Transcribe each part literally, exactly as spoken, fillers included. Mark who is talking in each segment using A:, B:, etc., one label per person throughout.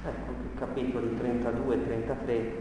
A: Ecco, i capitoli trentadue e trentatré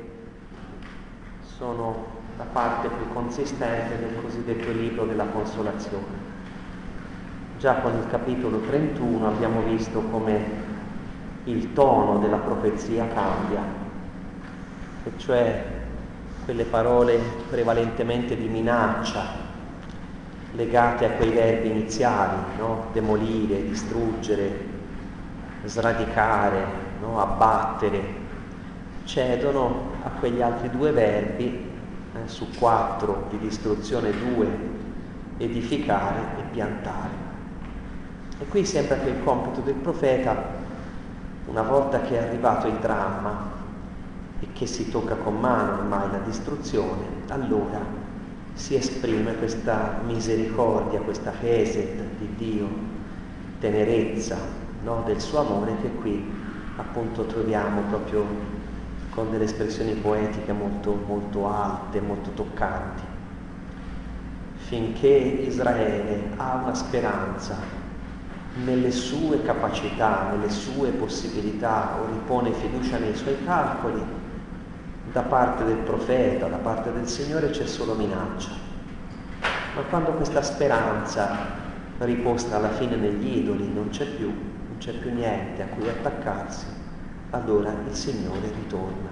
A: sono la parte più consistente del cosiddetto libro della consolazione. Già con il capitolo trentuno abbiamo visto come il tono della profezia cambia, e cioè quelle parole prevalentemente di minaccia legate a quei verbi iniziali, no? Demolire, distruggere, sradicare, no? Abbattere, cedono a quegli altri due verbi, eh, su quattro di distruzione, due edificare e piantare. E qui sembra che il compito del profeta, una volta che è arrivato il dramma e che si tocca con mano ormai la distruzione, allora si esprime questa misericordia, questa chesed di Dio, tenerezza, no? Del suo amore, che qui appunto troviamo proprio con delle espressioni poetiche molto, molto alte, molto toccanti. Finché Israele ha una speranza nelle sue capacità, nelle sue possibilità, o ripone fiducia nei suoi calcoli, da parte del profeta, da parte del Signore c'è solo minaccia. Ma quando questa speranza riposta alla fine negli idoli non c'è più, non c'è più niente a cui attaccarsi, allora il Signore ritorna.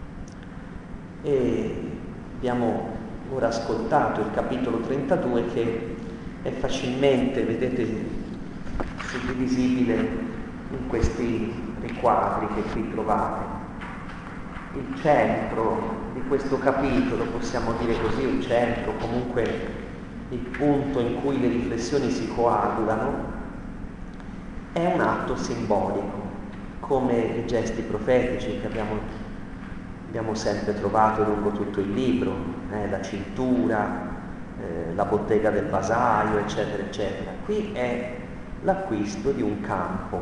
A: E abbiamo ora ascoltato il capitolo trentadue, che è facilmente, vedete, suddivisibile in questi riquadri che qui trovate. Il centro di questo capitolo, possiamo dire così, il centro, comunque il punto in cui le riflessioni si coagulano, è un atto simbolico, come i gesti profetici che abbiamo, abbiamo sempre trovato lungo tutto il libro, eh, la cintura, eh, la bottega del vasaio, eccetera, eccetera. Qui è l'acquisto di un campo.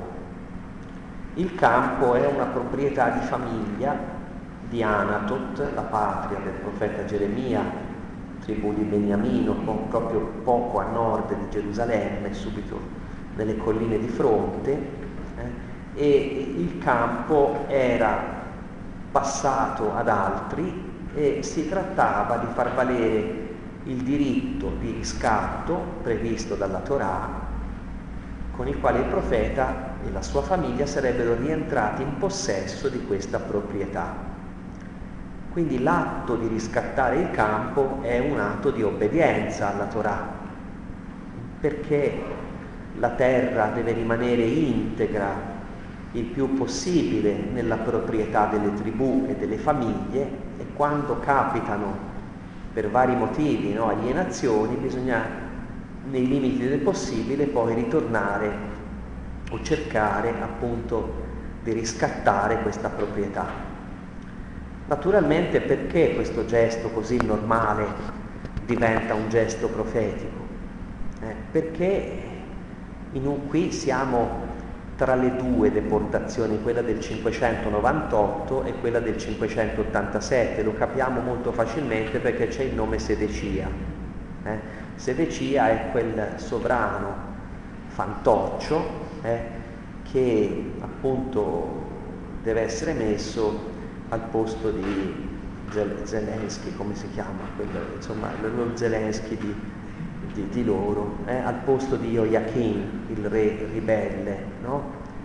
A: Il campo è una proprietà di famiglia di Anatot, la patria del profeta Geremia, tribù di Beniamino, proprio poco a nord di Gerusalemme, subito nelle colline di fronte, eh, e il campo era passato ad altri e si trattava di far valere il diritto di riscatto previsto dalla Torah, con il quale il profeta e la sua famiglia sarebbero rientrati in possesso di questa proprietà. Quindi l'atto di riscattare il campo è un atto di obbedienza alla Torah, perché la terra deve rimanere integra il più possibile nella proprietà delle tribù e delle famiglie, e quando capitano per vari motivi, no, alienazioni, bisogna nei limiti del possibile poi ritornare o cercare appunto di riscattare questa proprietà. Naturalmente, perché questo gesto così normale diventa un gesto profetico? Eh, perché in un, qui siamo tra le due deportazioni, quella del cinquecentonovantotto e quella del cinquecentottantasette, lo capiamo molto facilmente perché c'è il nome Sedecia. Eh? Sedecia è quel sovrano fantoccio eh, che appunto deve essere messo al posto di Zelensky, come si chiama, quello, insomma, lo Zelensky di, di, di loro, eh, al posto di Joachim, il re ribelle, no?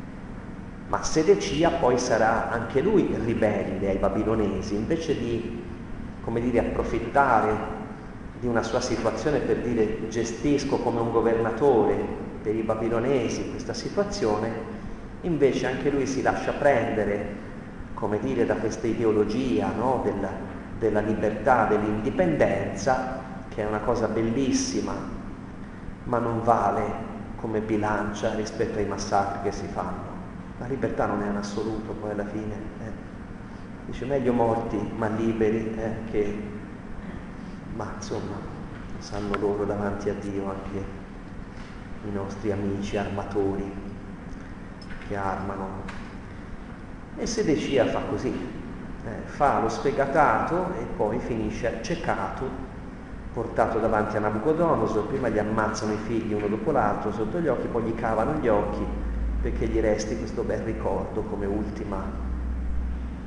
A: Ma Sedecia poi sarà anche lui ribelle ai babilonesi, invece di, come dire, approfittare di una sua situazione per dire gestisco come un governatore per i babilonesi questa situazione, invece anche lui si lascia prendere, come dire, da questa ideologia, no? della, della libertà, dell'indipendenza, che è una cosa bellissima, ma non vale come bilancia rispetto ai massacri che si fanno. La libertà non è un assoluto, poi alla fine. Eh. Dice meglio morti ma liberi eh, che... Ma insomma, sanno loro davanti a Dio anche i nostri amici armatori che armano. E Sedecia fa così, eh, fa lo sfegatato e poi finisce accecato, portato davanti a Nabucodonosor. Prima gli ammazzano i figli uno dopo l'altro sotto gli occhi, poi gli cavano gli occhi perché gli resti questo bel ricordo come ultima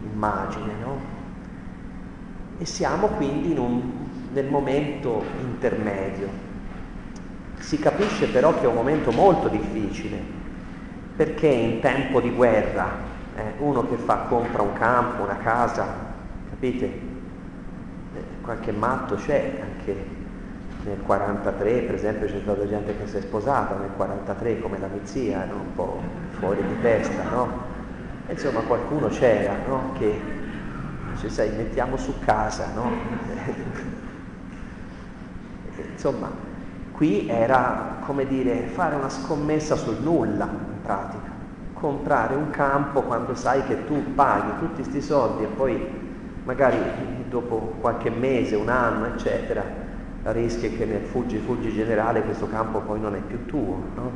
A: immagine, no? E siamo quindi in un, nel momento intermedio. Si capisce però che è un momento molto difficile, perché in tempo di guerra, eh, uno che fa, compra un campo, una casa, capite? Eh, qualche matto c'è, anche nel quarantatré, per esempio, c'è stata gente che si è sposata nel quarantatré, come la mia zia, erano un po' fuori di testa, no? E insomma, qualcuno c'era, no? Che dice, sai, mettiamo su casa, no? Insomma, qui era, come dire, fare una scommessa sul nulla, in pratica. Comprare un campo quando sai che tu paghi tutti questi soldi e poi magari dopo qualche mese, un anno, eccetera, rischi che nel fuggi fuggi generale questo campo poi non è più tuo, no?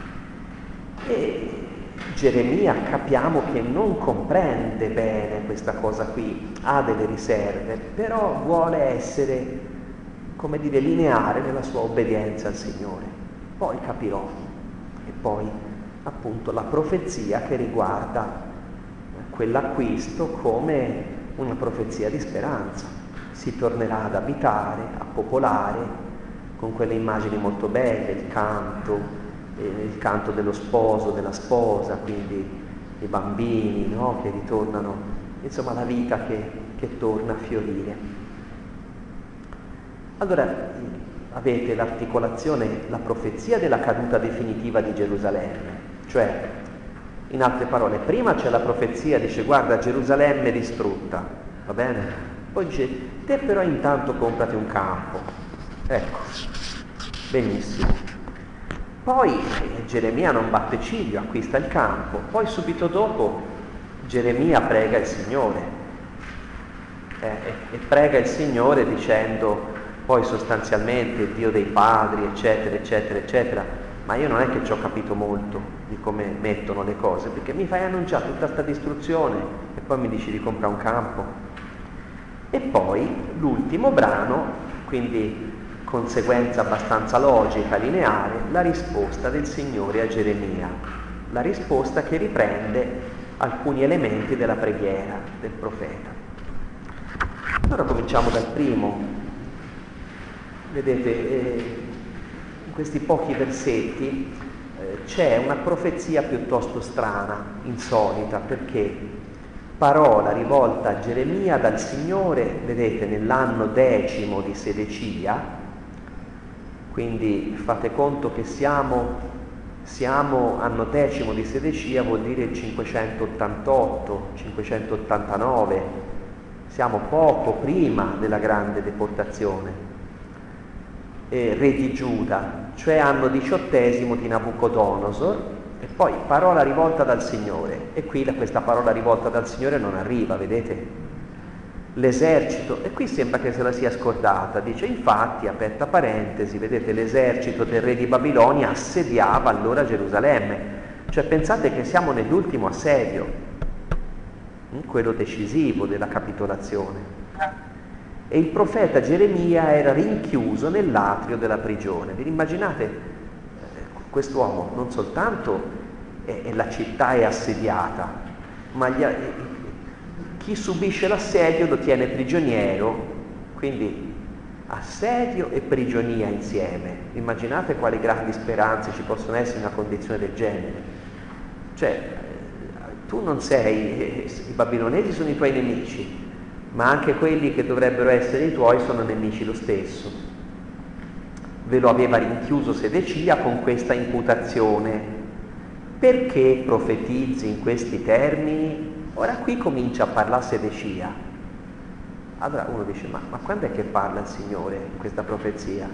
A: E Geremia capiamo che non comprende bene questa cosa qui, ha delle riserve, però vuole essere, come dire, lineare nella sua obbedienza al Signore. Poi capirò. E poi appunto la profezia che riguarda quell'acquisto come una profezia di speranza. Si tornerà ad abitare, a popolare, con quelle immagini molto belle, il canto, eh, il canto dello sposo, della sposa, quindi i bambini, no? Che ritornano, insomma la vita che, che torna a fiorire. Allora avete l'articolazione, la profezia della caduta definitiva di Gerusalemme, cioè, in altre parole, prima c'è la profezia, dice guarda Gerusalemme è distrutta, va bene? Poi dice, te però intanto comprati un campo. Ecco, benissimo. Poi eh, Geremia non batte ciglio, acquista il campo. Poi subito dopo Geremia prega il Signore. Eh, e, e prega il Signore dicendo, poi sostanzialmente, Dio dei padri, eccetera, eccetera, eccetera. Ma io non è che ci ho capito molto di come mettono le cose, perché mi fai annunciare tutta questa distruzione e poi mi dici di comprare un campo. E poi l'ultimo brano, quindi conseguenza abbastanza logica, lineare, la risposta del Signore a Geremia, la risposta che riprende alcuni elementi della preghiera del profeta. Allora cominciamo dal primo. Vedete, eh, in questi pochi versetti eh, c'è una profezia piuttosto strana, insolita, perché parola rivolta a Geremia dal Signore, vedete, nell'anno decimo di Sedecia, quindi fate conto che siamo, siamo anno decimo di Sedecia, vuol dire il cinquecentottantotto, cinquecentottantanove, siamo poco prima della grande deportazione, eh, re di Giuda, cioè anno diciottesimo di Nabucodonosor. E poi parola rivolta dal Signore, e qui questa parola rivolta dal Signore non arriva, vedete? L'esercito, e qui sembra che se la sia scordata, dice infatti, aperta parentesi, vedete, l'esercito del re di Babilonia assediava allora Gerusalemme, cioè pensate che siamo nell'ultimo assedio, quello decisivo della capitolazione, e il profeta Geremia era rinchiuso nell'atrio della prigione. Vi immaginate? Quest'uomo non soltanto è, è la città è assediata, ma gli, chi subisce l'assedio lo tiene prigioniero, quindi assedio e prigionia insieme. Immaginate quali grandi speranze ci possono essere in una condizione del genere. Cioè, tu non sei, i babilonesi sono i tuoi nemici, ma anche quelli che dovrebbero essere i tuoi sono nemici lo stesso. Ve lo aveva rinchiuso Sedecia con questa imputazione. Perché profetizzi in questi termini? Ora qui comincia a parlare Sedecia. Allora uno dice, ma, ma quando è che parla il Signore in questa profezia?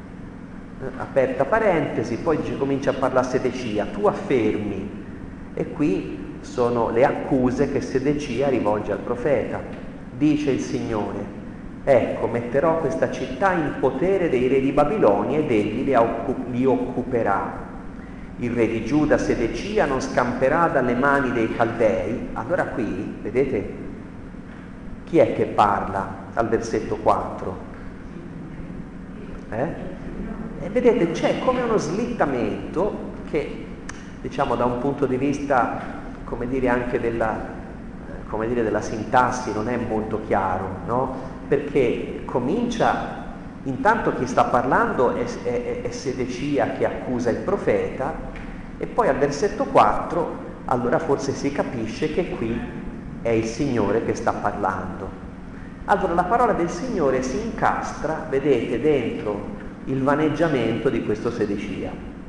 A: Aperta parentesi, poi dice, comincia a parlare Sedecia, tu affermi. E qui sono le accuse che Sedecia rivolge al profeta. Dice il Signore, ecco, metterò questa città in potere dei re di Babilonia ed egli li, occup- li occuperà. Il re di Giuda, Sedecia, non scamperà dalle mani dei Caldei. Allora qui, vedete, chi è che parla al versetto quattro? Eh? E vedete, c'è come uno slittamento che, diciamo, da un punto di vista, come dire, anche della come dire, della sintassi non è molto chiaro, no? Perché comincia, intanto chi sta parlando è, è, è Sedecia che accusa il profeta, e poi al versetto quattro allora forse si capisce che qui è il Signore che sta parlando. Allora la parola del Signore si incastra, vedete, dentro il vaneggiamento di questo Sedecia.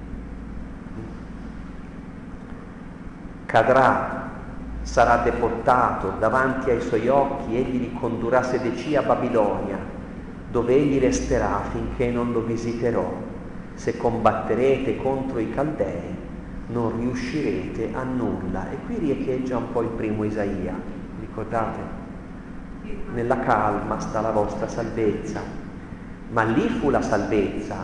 A: Cadrà, sarà deportato, davanti ai suoi occhi egli ricondurrà Sedecia a Babilonia, dove egli resterà finché non lo visiterò. Se combatterete contro i Caldei non riuscirete a nulla. E qui riecheggia un po' il primo Isaia, ricordate? Nella calma sta la vostra salvezza, ma lì fu la salvezza,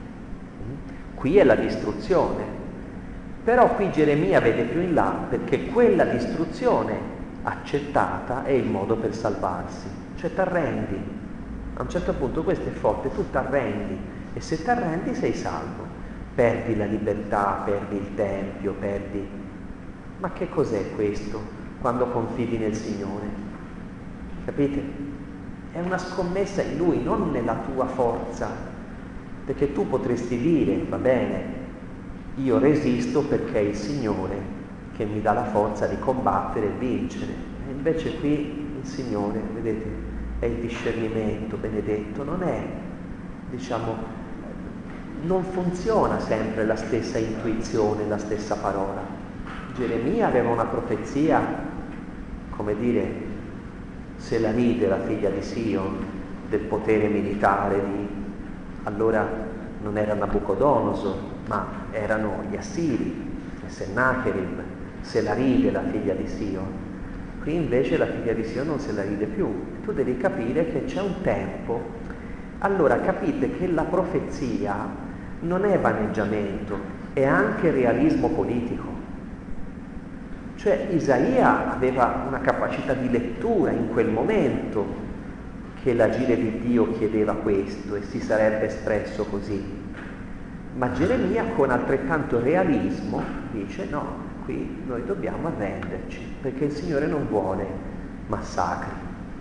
A: qui è la distruzione. Però qui Geremia vede più in là, perché quella distruzione accettata è il modo per salvarsi, cioè t'arrendi. A un certo punto questo è forte, tu t'arrendi, e se t'arrendi sei salvo. Perdi la libertà, perdi il tempio, perdi... Ma che cos'è questo quando confidi nel Signore? Capite? È una scommessa in Lui, non nella tua forza, perché tu potresti dire, va bene, io resisto perché è il Signore che mi dà la forza di combattere e vincere. E invece qui il Signore, vedete, è il discernimento benedetto, non è, diciamo, non funziona sempre la stessa intuizione, la stessa parola. Geremia aveva una profezia, come dire, se la ride la figlia di Sion, del potere militare di... allora non era Nabucodonosor, ma erano gli Assiri, Sennacherib, se la ride la figlia di Sion. Qui invece la figlia di Sion non se la ride più. Tu devi capire che c'è un tempo. Allora capite che la profezia non è vaneggiamento, è anche realismo politico. Cioè Isaia aveva una capacità di lettura in quel momento che l'agire di Dio chiedeva questo e si sarebbe espresso così. Ma Geremia con altrettanto realismo dice no, qui noi dobbiamo arrenderci perché il Signore non vuole massacri.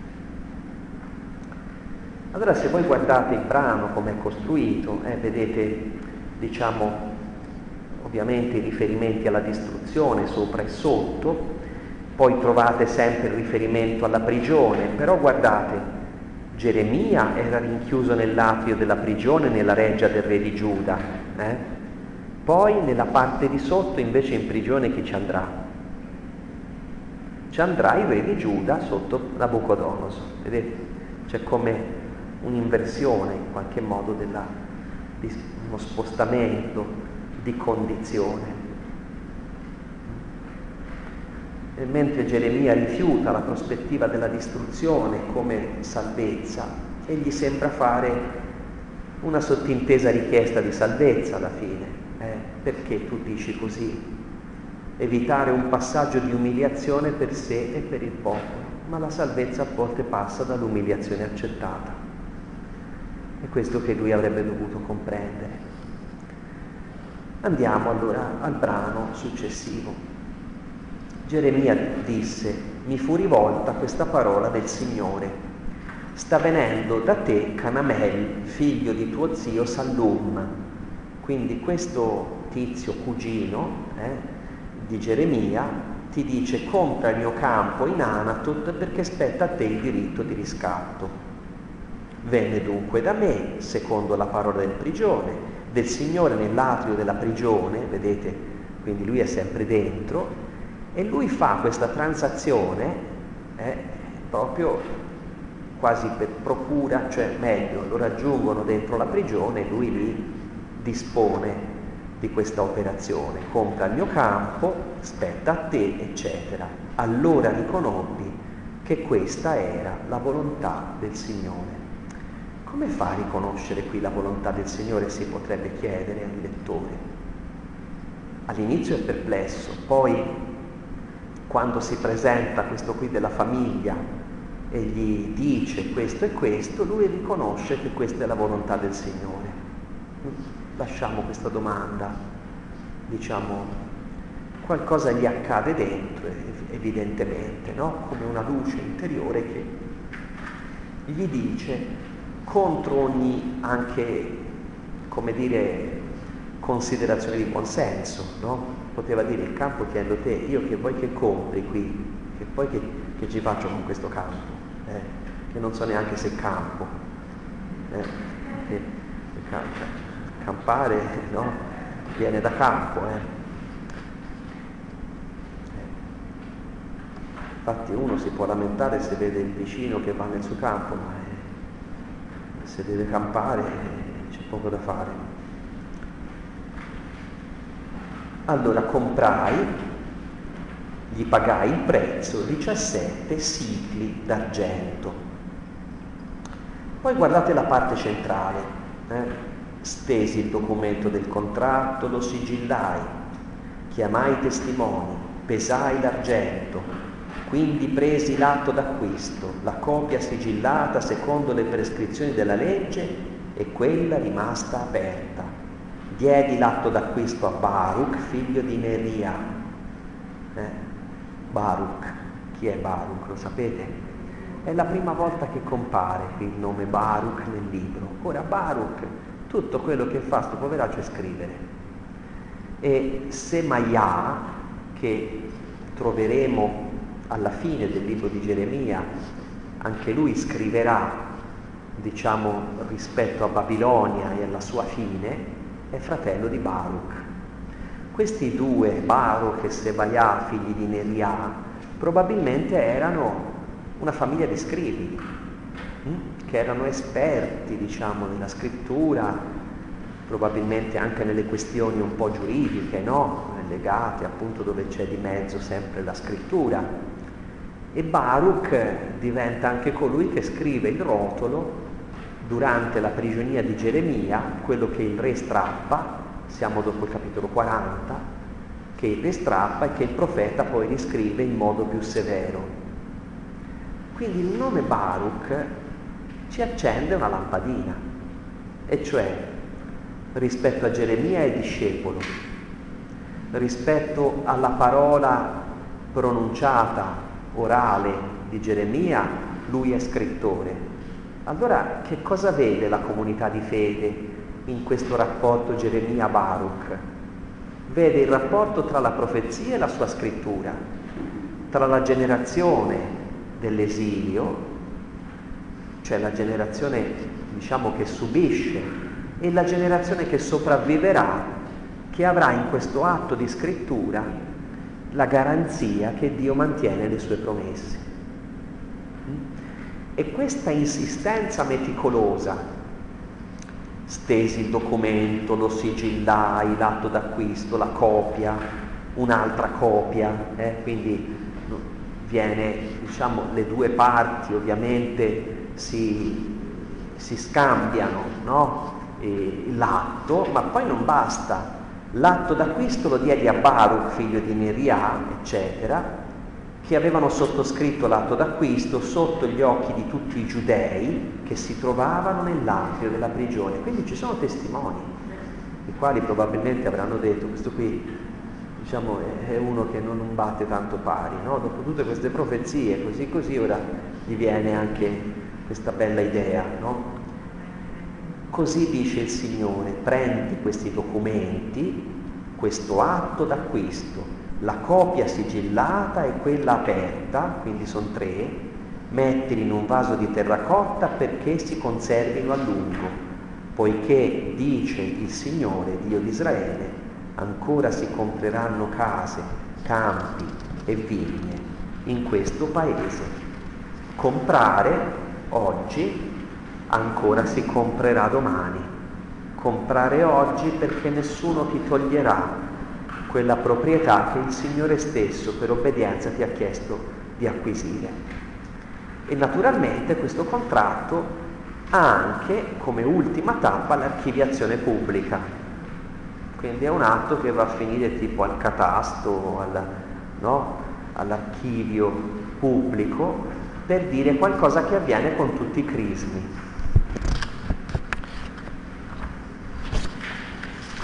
A: Allora se voi guardate il brano come è costruito, eh, vedete, diciamo, ovviamente i riferimenti alla distruzione sopra e sotto, poi trovate sempre il riferimento alla prigione, però guardate, Geremia era rinchiuso nell'atrio della prigione nella reggia del re di Giuda, eh? Poi nella parte di sotto invece in prigione chi ci andrà? Ci andrà il re di Giuda sotto Nabucodonosor, vedete? C'è come un'inversione in qualche modo della, di uno spostamento di condizione. E mentre Geremia rifiuta la prospettiva della distruzione come salvezza, egli sembra fare una sottintesa richiesta di salvezza alla fine. Eh, perché tu dici così? Evitare un passaggio di umiliazione per sé e per il popolo, ma la salvezza a volte passa dall'umiliazione accettata. È questo che lui avrebbe dovuto comprendere. Andiamo allora al brano successivo. Geremia disse: mi fu rivolta questa parola del Signore. Sta venendo da te Canamel, figlio di tuo zio Sallum. Quindi questo tizio cugino eh, di Geremia ti dice: compra il mio campo in Anatot perché spetta a te il diritto di riscatto. Venne dunque da me, secondo la parola del prigione, del Signore nell'atrio della prigione, vedete, quindi lui è sempre dentro, e lui fa questa transazione eh, proprio quasi per procura, cioè meglio, lo raggiungono dentro la prigione e lui lì dispone di questa operazione, compra il mio campo, spetta a te, eccetera. Allora riconobbi che questa era la volontà del Signore. Come fa a riconoscere qui la volontà del Signore, si potrebbe chiedere al lettore. All'inizio è perplesso, poi quando si presenta questo qui della famiglia e gli dice questo e questo, lui riconosce che questa è la volontà del Signore. Lasciamo questa domanda, diciamo, qualcosa gli accade dentro e, e evidentemente, no? Come una luce interiore che gli dice, contro ogni anche, come dire, considerazione di buonsenso, no? Poteva dire: il campo tiendo te, io che vuoi che compri qui, che poi che, che ci faccio con questo campo, eh? Che non so neanche se è campo, eh? che, che campa, campare, no? Viene da campo, eh? Infatti uno si può lamentare se vede il vicino che va nel suo campo, ma eh, se deve campare eh, c'è poco da fare. Allora comprai, gli pagai il prezzo, diciassette sicli d'argento. Poi guardate la parte centrale, eh? Stesi il documento del contratto, lo sigillai, chiamai i testimoni, pesai l'argento. Quindi presi l'atto d'acquisto, la copia sigillata secondo le prescrizioni della legge e quella rimasta aperta. Diedi l'atto d'acquisto a Baruch, figlio di Neria. Eh? Baruch, chi è Baruch? Lo sapete? È la prima volta che compare qui il nome Baruch nel libro. Ora Baruch, tutto quello che fa sto poveraccio è scrivere. E Semaia, che troveremo alla fine del libro di Geremia, anche lui scriverà, diciamo, rispetto a Babilonia e alla sua fine, è fratello di Baruch. Questi due, Baruch e Semaia, figli di Neria, probabilmente erano una famiglia di scribi, hm? che erano esperti, diciamo, nella scrittura, probabilmente anche nelle questioni un po' giuridiche, no? Legate appunto dove c'è di mezzo sempre la scrittura. E Baruch diventa anche colui che scrive il rotolo durante la prigionia di Geremia, quello che il re strappa, siamo dopo il capitolo quaranta, che il re strappa e che il profeta poi riscrive in modo più severo. Quindi il nome Baruch ci accende una lampadina, e cioè rispetto a Geremia è discepolo, rispetto alla parola pronunciata orale di Geremia, lui è scrittore. Allora che cosa vede la comunità di fede in questo rapporto Geremia-Baruch? Vede il rapporto tra la profezia e la sua scrittura, tra la generazione dell'esilio, cioè la generazione, diciamo, che subisce, e la generazione che sopravviverà, che avrà in questo atto di scrittura la garanzia che Dio mantiene le sue promesse. E questa insistenza meticolosa, stesi il documento, lo sigillai, l'atto d'acquisto, la copia, un'altra copia, eh? Quindi viene, diciamo, le due parti ovviamente si, si scambiano, no? E l'atto, ma poi non basta. L'atto d'acquisto lo diedi a Baruch, figlio di Neria, eccetera, che avevano sottoscritto l'atto d'acquisto sotto gli occhi di tutti i giudei che si trovavano nell'atrio della prigione. Quindi ci sono testimoni, i quali probabilmente avranno detto: questo qui, diciamo, è uno che non batte tanto pari, no? Dopo tutte queste profezie, così così, ora gli viene anche questa bella idea, no? Così dice il Signore: prendi questi documenti, questo atto d'acquisto, la copia sigillata e quella aperta, quindi sono tre, mettili in un vaso di terracotta perché si conservino a lungo, poiché, dice il Signore, Dio di Israele, ancora si compreranno case, campi e vigne in questo paese. Comprare oggi, ancora si comprerà domani. Comprare oggi perché nessuno ti toglierà quella proprietà che il Signore stesso per obbedienza ti ha chiesto di acquisire. E naturalmente questo contratto ha anche come ultima tappa l'archiviazione pubblica, quindi è un atto che va a finire tipo al catasto, al, no? all'archivio pubblico, per dire qualcosa che avviene con tutti i crismi.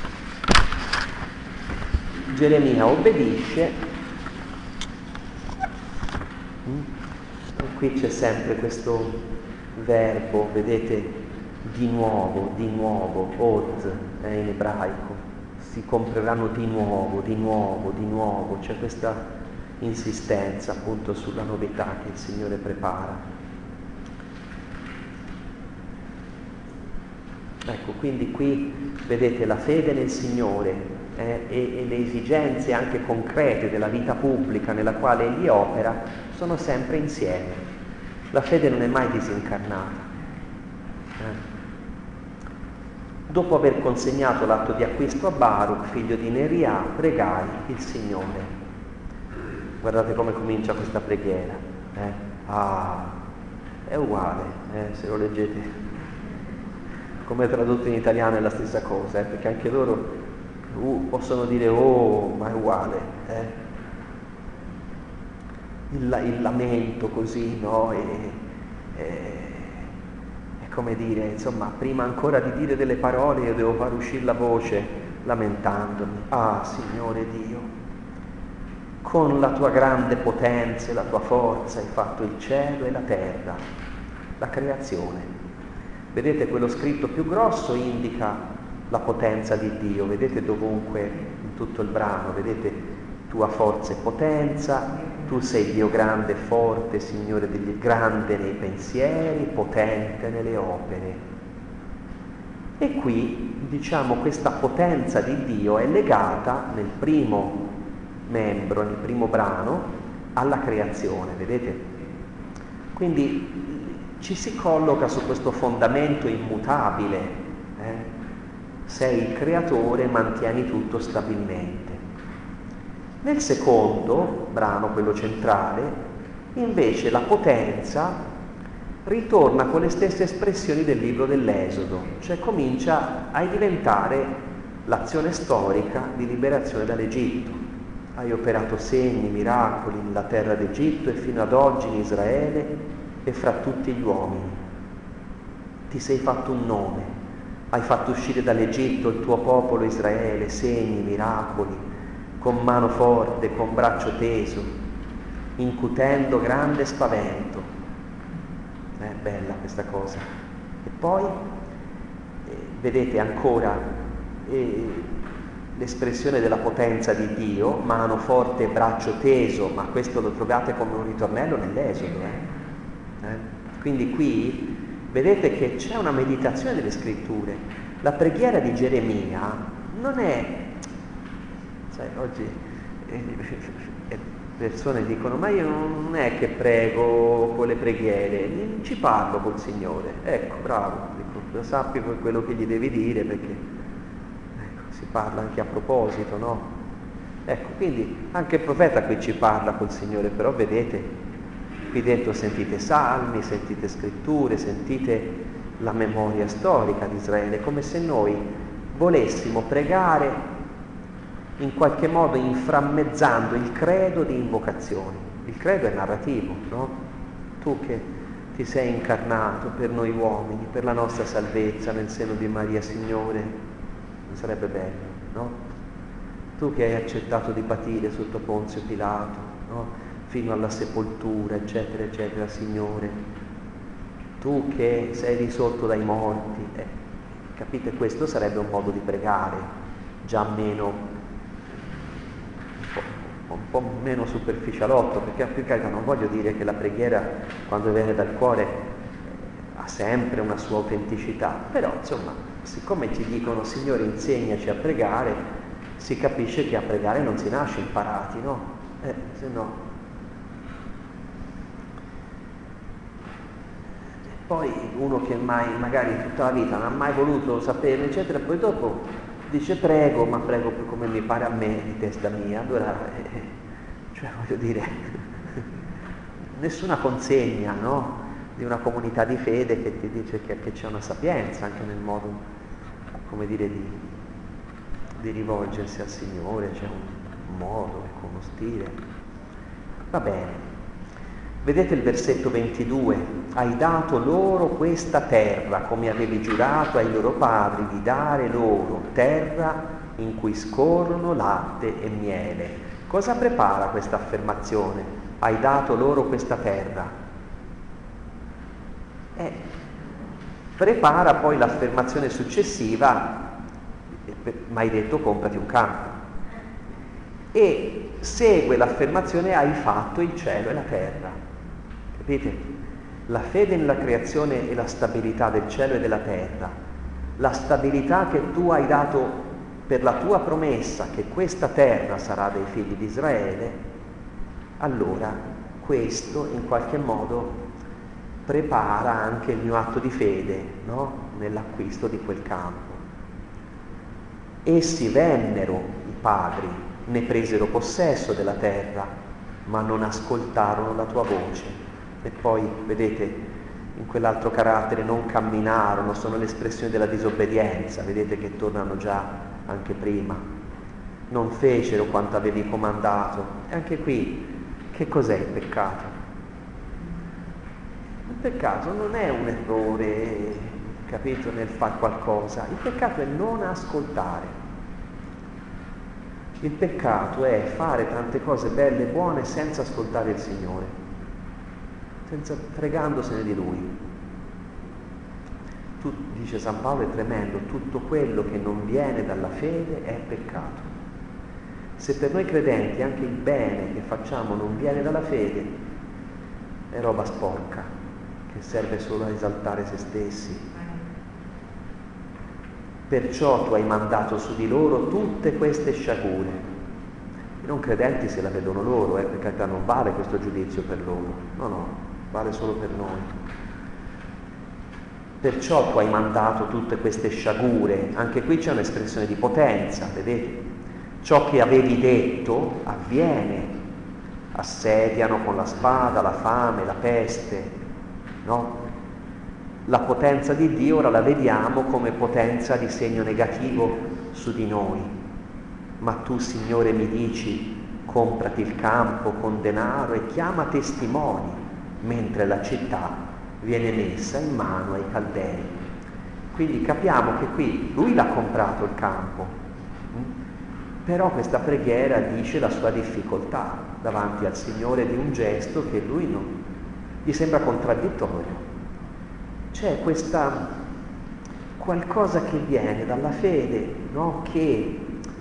A: Geremia obbedisce Mm? E qui c'è sempre questo verbo, vedete, di nuovo, di nuovo, od, è in ebraico, si compreranno di nuovo, di nuovo, di nuovo, c'è questa insistenza appunto sulla novità che il Signore prepara. Ecco, quindi qui vedete la fede nel Signore eh, e, e le esigenze anche concrete della vita pubblica nella quale Egli opera sono sempre insieme. La fede non è mai disincarnata. Eh. Dopo aver consegnato l'atto di acquisto a Baruch, figlio di Neria, pregai il Signore. Guardate come comincia questa preghiera. Eh? Ah, è uguale, eh, se lo leggete. Come tradotto in italiano è la stessa cosa, eh, perché anche loro uh, possono dire oh, ma è uguale. Eh? Il, il lamento così, no? E, e, come dire, insomma, prima ancora di dire delle parole io devo far uscire la voce lamentandomi. Ah, Signore Dio, con la tua grande potenza e la tua forza hai fatto il cielo e la terra, la creazione. Vedete, quello scritto più grosso indica la potenza di Dio, vedete dovunque in tutto il brano, vedete tua forza e potenza, tu sei Dio grande e forte, Signore degli grande nei pensieri, potente nelle opere. E qui, diciamo, questa potenza di Dio è legata nel primo membro, nel primo brano, alla creazione, vedete? Quindi ci si colloca su questo fondamento immutabile. Eh? Sei il creatore, mantieni tutto stabilmente. Nel secondo brano, quello centrale, invece la potenza ritorna con le stesse espressioni del libro dell'Esodo, cioè comincia a diventare l'azione storica di liberazione dall'Egitto. Hai operato segni, miracoli nella terra d'Egitto e fino ad oggi in Israele e fra tutti gli uomini. Ti sei fatto un nome, hai fatto uscire dall'Egitto il tuo popolo Israele, segni, miracoli, con mano forte, con braccio teso, incutendo grande spavento. È bella questa cosa. E poi, eh, vedete ancora eh, l'espressione della potenza di Dio, mano forte e braccio teso, ma questo lo trovate come un ritornello nell'Esodo. Eh? Eh? Quindi qui vedete che c'è una meditazione delle scritture. La preghiera di Geremia non è... Sai, oggi eh, persone dicono ma io non è che prego con le preghiere, ci parlo col Signore. Ecco, bravo, dico, sappi quello che gli devi dire perché ecco, si parla anche a proposito, no? Ecco, quindi anche il profeta qui ci parla col Signore, però vedete, qui dentro sentite salmi, sentite scritture, sentite la memoria storica di Israele, come se noi volessimo pregare in qualche modo inframmezzando il credo di invocazioni. Il credo è narrativo, no? Tu che ti sei incarnato per noi uomini, per la nostra salvezza nel seno di Maria Signore, non sarebbe bello, no? Tu che hai accettato di patire sotto Ponzio Pilato, no? Fino alla sepoltura, eccetera, eccetera, Signore. Tu che sei risorto dai morti, eh, capite? Questo sarebbe un modo di pregare, già meno un po' meno superficialotto, perché per carità non voglio dire che la preghiera quando viene dal cuore eh, ha sempre una sua autenticità, però insomma siccome ci dicono Signore insegnaci a pregare, si capisce che a pregare non si nasce imparati, no? Eh, se no. Poi uno che mai magari tutta la vita non ha mai voluto sapere eccetera, poi dopo dice prego, ma prego come mi pare a me, di testa mia, allora, eh, cioè voglio dire, nessuna consegna, no? Di una comunità di fede che ti dice che, che c'è una sapienza anche nel modo, come dire, di, di rivolgersi al Signore, c'è un modo, ecco, uno stile. Va bene. Vedete il versetto ventidue, hai dato loro questa terra, come avevi giurato ai loro padri di dare loro, terra in cui scorrono latte e miele. Cosa prepara questa affermazione? Hai dato loro questa terra. Eh, prepara poi l'affermazione successiva, mi hai detto comprati un campo. E segue l'affermazione hai fatto il cielo e la terra. Capite? La fede nella creazione e la stabilità del cielo e della terra, la stabilità che tu hai dato per la tua promessa che questa terra sarà dei figli di Israele, allora questo in qualche modo prepara anche il mio atto di fede, no? Nell'acquisto di quel campo. Essi vennero, i padri, ne presero possesso della terra, ma non ascoltarono la tua voce. E poi, vedete, in quell'altro carattere non camminarono, sono l'espressione della disobbedienza, vedete che tornano già anche prima. Non fecero quanto avevi comandato. E anche qui, che cos'è il peccato? Il peccato non è un errore, capito, nel far qualcosa. Il peccato è non ascoltare. Il peccato è fare tante cose belle e buone senza ascoltare il Signore, senza fregandosene di Lui. Tu, dice San Paolo, è tremendo, tutto quello che non viene dalla fede è peccato. Se per noi credenti anche il bene che facciamo non viene dalla fede, è roba sporca, che serve solo a esaltare se stessi. Perciò tu hai mandato su di loro tutte queste sciagure. I non credenti se la vedono loro, eh, perché non vale questo giudizio per loro, no, no, vale solo per noi. Perciò tu hai mandato tutte queste sciagure, anche qui c'è un'espressione di potenza, vedete? Ciò che avevi detto avviene, assediano con la spada, la fame, la peste, no? La potenza di Dio ora la vediamo come potenza di segno negativo su di noi. Ma tu, Signore, mi dici, comprati il campo con denaro e chiama testimoni, mentre la città viene messa in mano ai Caldei. Quindi capiamo che qui lui l'ha comprato il campo, però questa preghiera dice la sua difficoltà davanti al Signore di un gesto che lui non gli sembra contraddittorio. C'è questa qualcosa che viene dalla fede, no? Che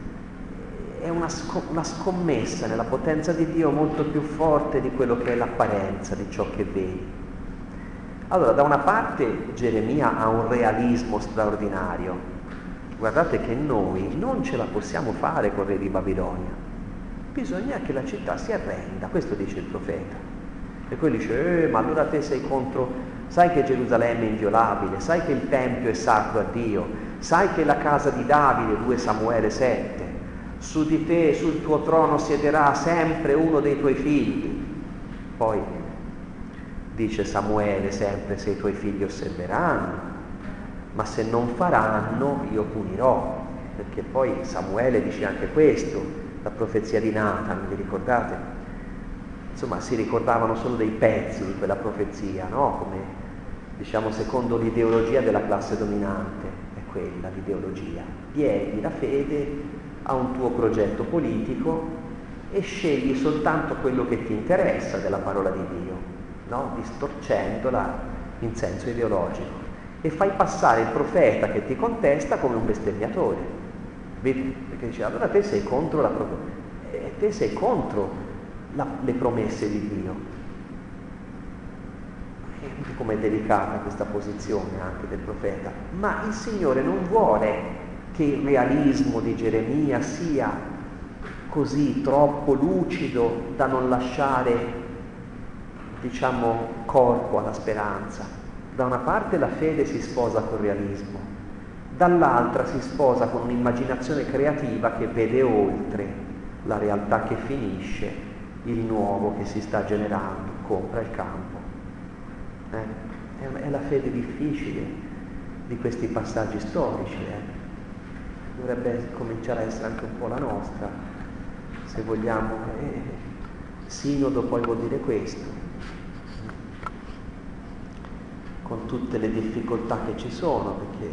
A: è una, sc- una scommessa nella potenza di Dio molto più forte di quello che è l'apparenza di ciò che vedi. Allora, da una parte Geremia ha un realismo straordinario. Guardate che noi non ce la possiamo fare con il re di Babilonia. Bisogna che la città si arrenda, questo dice il profeta. E poi dice, eh, ma allora te sei contro... Sai che Gerusalemme è inviolabile, sai che il Tempio è sacro a Dio, sai che la casa di Davide, due Samuele sette, su di te, sul tuo trono siederà sempre uno dei tuoi figli. Poi dice Samuele sempre, se i tuoi figli osserveranno, ma se non faranno io punirò, perché poi Samuele dice anche questo, la profezia di Nathan, vi ricordate? Insomma, si ricordavano solo dei pezzi di quella profezia, no? Come, diciamo, secondo l'ideologia della classe dominante, è quella l'ideologia. Pieghi la fede a un tuo progetto politico e scegli soltanto quello che ti interessa della parola di Dio, no? Distorcendola in senso ideologico. E fai passare il profeta che ti contesta come un bestemmiatore. Vedi? Perché dice, allora te sei contro la pro- eh, te sei contro La, le promesse di Dio. E com'è delicata questa posizione anche del profeta. Ma il Signore non vuole che il realismo di Geremia sia così troppo lucido da non lasciare, diciamo, corpo alla speranza. Da una parte la fede si sposa col realismo, dall'altra si sposa con un'immaginazione creativa che vede oltre la realtà che finisce, il nuovo che si sta generando, compra il campo. Eh? È la fede difficile di questi passaggi storici. Eh? Dovrebbe cominciare a essere anche un po' la nostra, se vogliamo. Eh, sinodo poi vuol dire questo, con tutte le difficoltà che ci sono, perché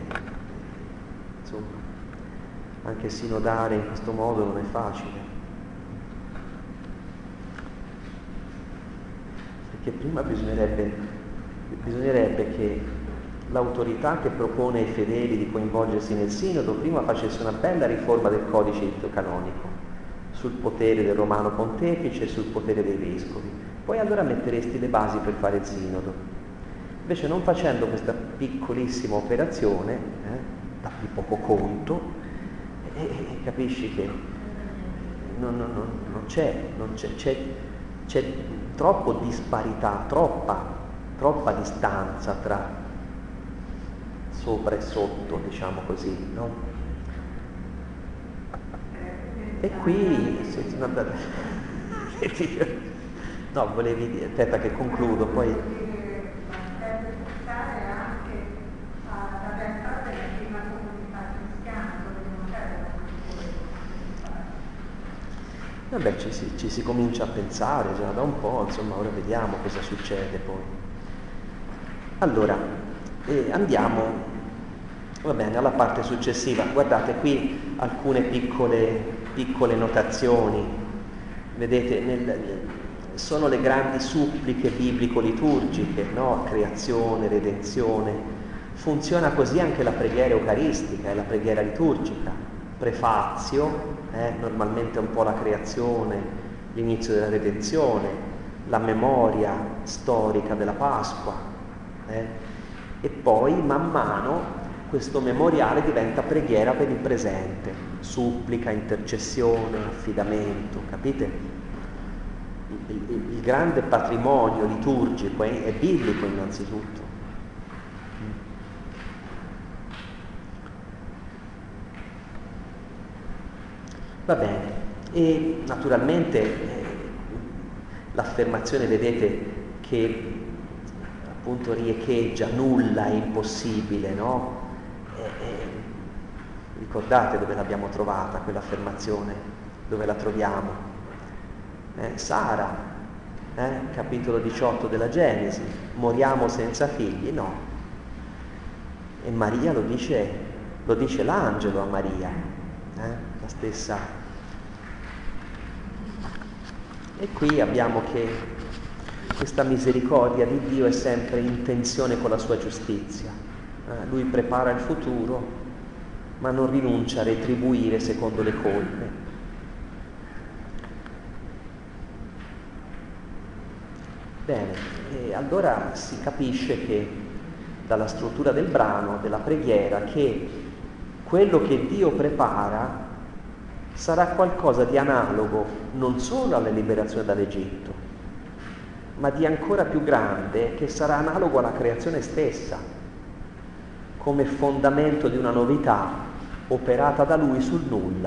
A: insomma anche sinodare in questo modo non è facile. che prima bisognerebbe, bisognerebbe che l'autorità che propone ai fedeli di coinvolgersi nel sinodo prima facesse una bella riforma del codice canonico sul potere del romano pontefice e sul potere dei vescovi, poi allora metteresti le basi per fare il sinodo. Invece non facendo questa piccolissima operazione, eh, di poco conto, e, e capisci che non, non, non, non c'è, non c'è, c'è, c'è troppo disparità, troppa, troppa distanza tra sopra e sotto, diciamo così, no? E qui, se, no, no, volevi dire, aspetta che concludo, poi... Vabbè, ci si, ci si comincia a pensare già da un po', insomma, ora vediamo cosa succede poi. Allora, eh, andiamo, va bene, alla parte successiva. Guardate qui alcune piccole, piccole notazioni, vedete, nel, sono le grandi suppliche biblico-liturgiche, no? Creazione, redenzione. Funziona così anche la preghiera eucaristica e la preghiera liturgica. Prefazio, eh, normalmente un po' la creazione, l'inizio della redenzione, la memoria storica della Pasqua, eh, e poi man mano questo memoriale diventa preghiera per il presente, supplica, intercessione, affidamento, capite? Il, il, il grande patrimonio liturgico è, è biblico innanzitutto. Va bene, e naturalmente eh, l'affermazione, vedete, che appunto riecheggia nulla è impossibile, no? Eh, eh, ricordate dove l'abbiamo trovata quell'affermazione? Dove la troviamo? Eh, Sara, eh, capitolo diciotto della Genesi, moriamo senza figli? No. E Maria lo dice, lo dice l'angelo a Maria. Eh? La stessa. E qui abbiamo che questa misericordia di Dio è sempre in tensione con la sua giustizia. Eh? Lui prepara il futuro, ma non rinuncia a retribuire secondo le colpe. Bene, e allora si capisce che dalla struttura del brano, della preghiera, che quello che Dio prepara sarà qualcosa di analogo non solo alla liberazione dall'Egitto, ma di ancora più grande, che sarà analogo alla creazione stessa, come fondamento di una novità operata da Lui sul nulla.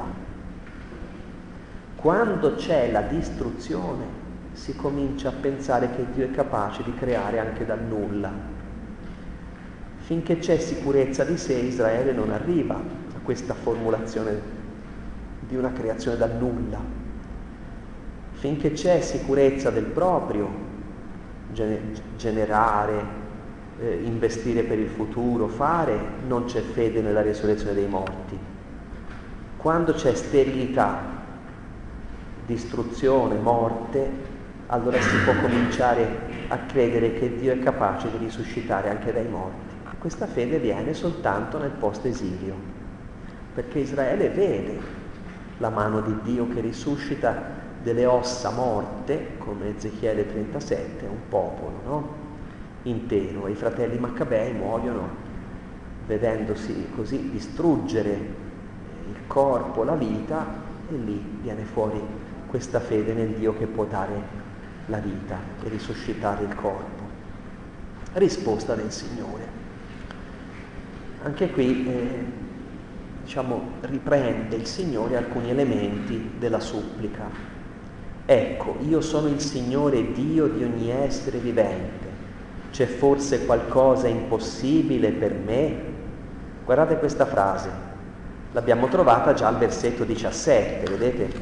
A: Quando c'è la distruzione, si comincia a pensare che Dio è capace di creare anche dal nulla. Finché c'è sicurezza di sé, Israele non arriva a questa formulazione di una creazione dal nulla. Finché c'è sicurezza del proprio, generare, eh, investire per il futuro, fare, non c'è fede nella resurrezione dei morti. Quando c'è sterilità, distruzione, morte, allora si può cominciare a credere che Dio è capace di risuscitare anche dai morti. Questa fede viene soltanto nel post-esilio, perché Israele vede la mano di Dio che risuscita delle ossa morte, come Ezechiele trentasette, un popolo, no? Intero. E i fratelli Maccabei muoiono vedendosi così distruggere il corpo, la vita, e lì viene fuori questa fede nel Dio che può dare la vita e risuscitare il corpo. Risposta del Signore. Anche qui eh, diciamo, riprende il Signore alcuni elementi della supplica. Ecco, io sono il Signore Dio di ogni essere vivente. C'è forse qualcosa impossibile per me? Guardate questa frase, l'abbiamo trovata già al versetto diciassette, vedete?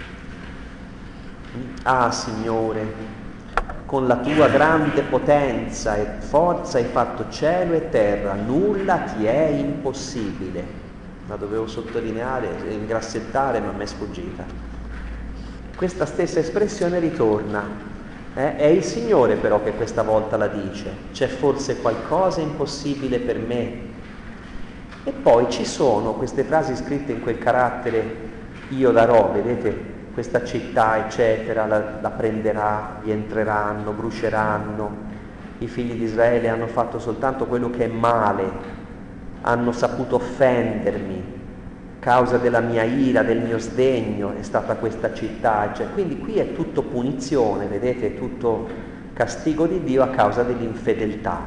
A: Ah, Signore, con la tua grande potenza e forza hai fatto cielo e terra, nulla ti è impossibile. La dovevo sottolineare, ingrassettare, ma mi è sfuggita. Questa stessa espressione ritorna Eh? È il Signore però che questa volta la dice. C'è forse qualcosa impossibile per me? E poi ci sono queste frasi scritte in quel carattere io darò, vedete? Questa città, eccetera, la, la prenderà, vi entreranno, bruceranno. I figli di Israele hanno fatto soltanto quello che è male, hanno saputo offendermi, causa della mia ira, del mio sdegno è stata questa città, cioè, quindi qui è tutto punizione, vedete, è tutto castigo di Dio a causa dell'infedeltà.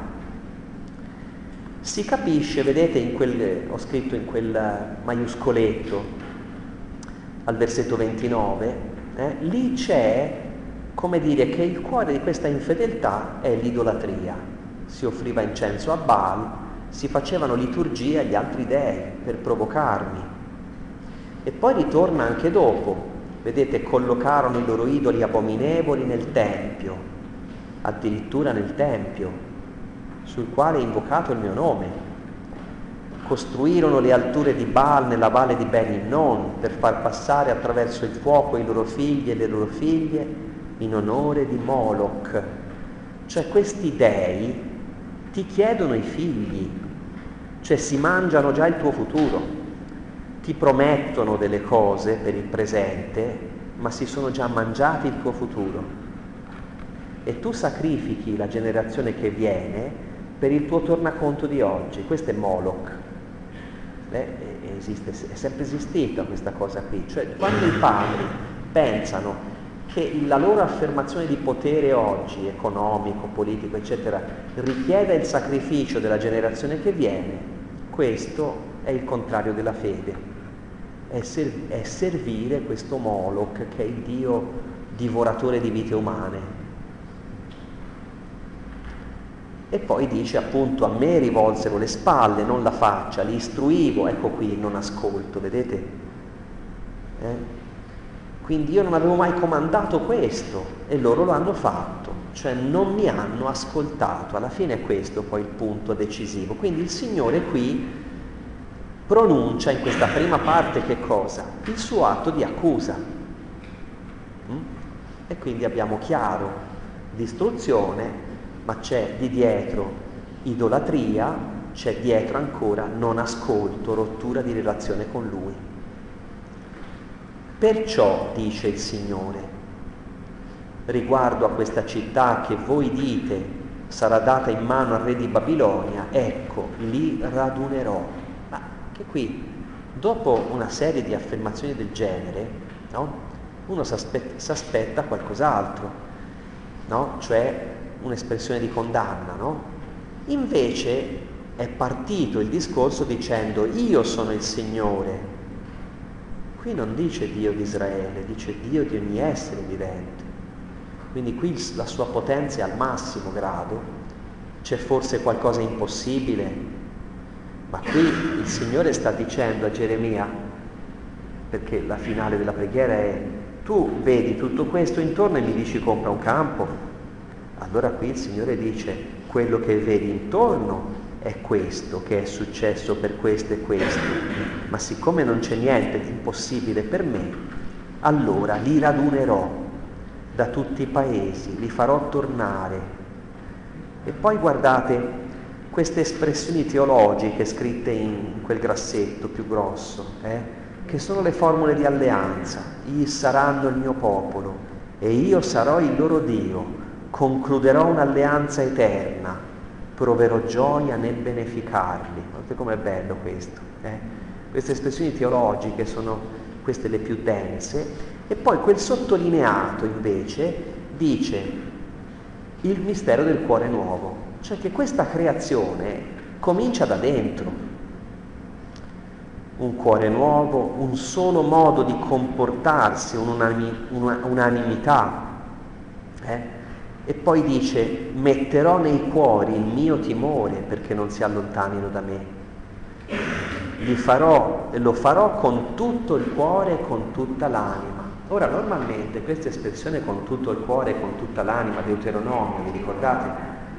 A: Si capisce, vedete, in quel, ho scritto in quel maiuscoletto al versetto ventinove, eh, lì c'è come dire che il cuore di questa infedeltà è l'idolatria. Si offriva incenso a Baal, si facevano liturgie agli altri dei per provocarmi. E poi ritorna anche dopo, vedete, collocarono i loro idoli abominevoli nel Tempio, addirittura nel Tempio, sul quale è invocato il mio nome. Costruirono le alture di Baal nella valle di Ben Hinnom per far passare attraverso il fuoco i loro figli e le loro figlie in onore di Moloch. Cioè questi dei ti chiedono i figli, cioè si mangiano già il tuo futuro. Ti promettono delle cose per il presente, ma si sono già mangiati il tuo futuro. E tu sacrifichi la generazione che viene per il tuo tornaconto di oggi. Questo è Moloch. Eh, esiste, è sempre esistita questa cosa qui. Cioè, quando i padri pensano che la loro affermazione di potere oggi, economico, politico, eccetera, richieda il sacrificio della generazione che viene, questo è il contrario della fede, è, ser- è servire questo Moloch che è il Dio divoratore di vite umane. E poi dice appunto: a me rivolsero le spalle, non la faccia, li istruivo, ecco qui il non ascolto, vedete? Eh? Quindi io non avevo mai comandato questo e loro lo hanno fatto, cioè non mi hanno ascoltato. Alla fine è questo poi il punto decisivo. Quindi il Signore qui pronuncia in questa prima parte che cosa? Il suo atto di accusa. Mm? E quindi abbiamo chiaro distruzione, ma c'è di dietro idolatria, c'è dietro ancora non ascolto, rottura di relazione con Lui. Perciò, dice il Signore, riguardo a questa città che voi dite sarà data in mano al re di Babilonia, ecco, li radunerò. Ma che qui, dopo una serie di affermazioni del genere, no? Uno si aspetta qualcos'altro, no? Cioè un'espressione di condanna, no? Invece è partito il discorso dicendo: io sono il Signore. Qui non dice Dio di Israele, dice Dio di ogni essere vivente. Quindi qui la sua potenza è al massimo grado. C'è forse qualcosa impossibile, ma qui il Signore sta dicendo a Geremia, perché la finale della preghiera è: tu vedi tutto questo intorno e mi dici compra un campo? Allora qui il Signore dice: quello che vedi intorno è questo che è successo per questo e questo, ma siccome non c'è niente di impossibile per me, allora li radunerò da tutti i paesi, li farò tornare. E poi guardate queste espressioni teologiche scritte in quel grassetto più grosso, eh, che sono le formule di alleanza. I saranno il mio popolo e io sarò il loro Dio, concluderò un'alleanza eterna, proverò gioia nel beneficarli. Guardate com'è bello questo. Eh? Queste espressioni teologiche sono queste le più dense, e poi quel sottolineato invece dice il mistero del cuore nuovo, cioè che questa creazione comincia da dentro. Un cuore nuovo, un solo modo di comportarsi, un'unami- una- unanimità. Eh? E poi dice: metterò nei cuori il mio timore perché non si allontanino da me. Li farò e lo farò con tutto il cuore e con tutta l'anima. Ora, normalmente questa espressione con tutto il cuore e con tutta l'anima, Deuteronomio, vi ricordate?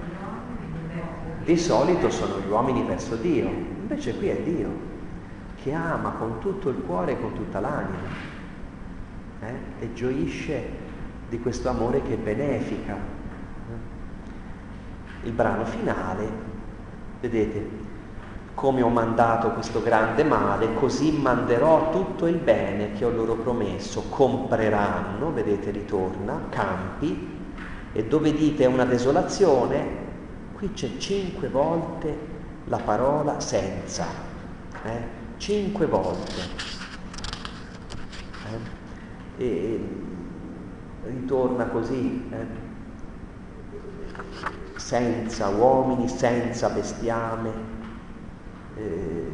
A: Di solito sono gli uomini verso Dio, invece qui è Dio che ama con tutto il cuore e con tutta l'anima, eh? E gioisce di questo amore che benefica. Il brano finale, vedete, come ho mandato questo grande male, così manderò tutto il bene che ho loro promesso. Compreranno, vedete, ritorna, campi, e dove dite è una desolazione, qui c'è cinque volte la parola senza, eh? cinque volte. Eh? E ritorna così, eh? senza uomini, senza bestiame. Eh,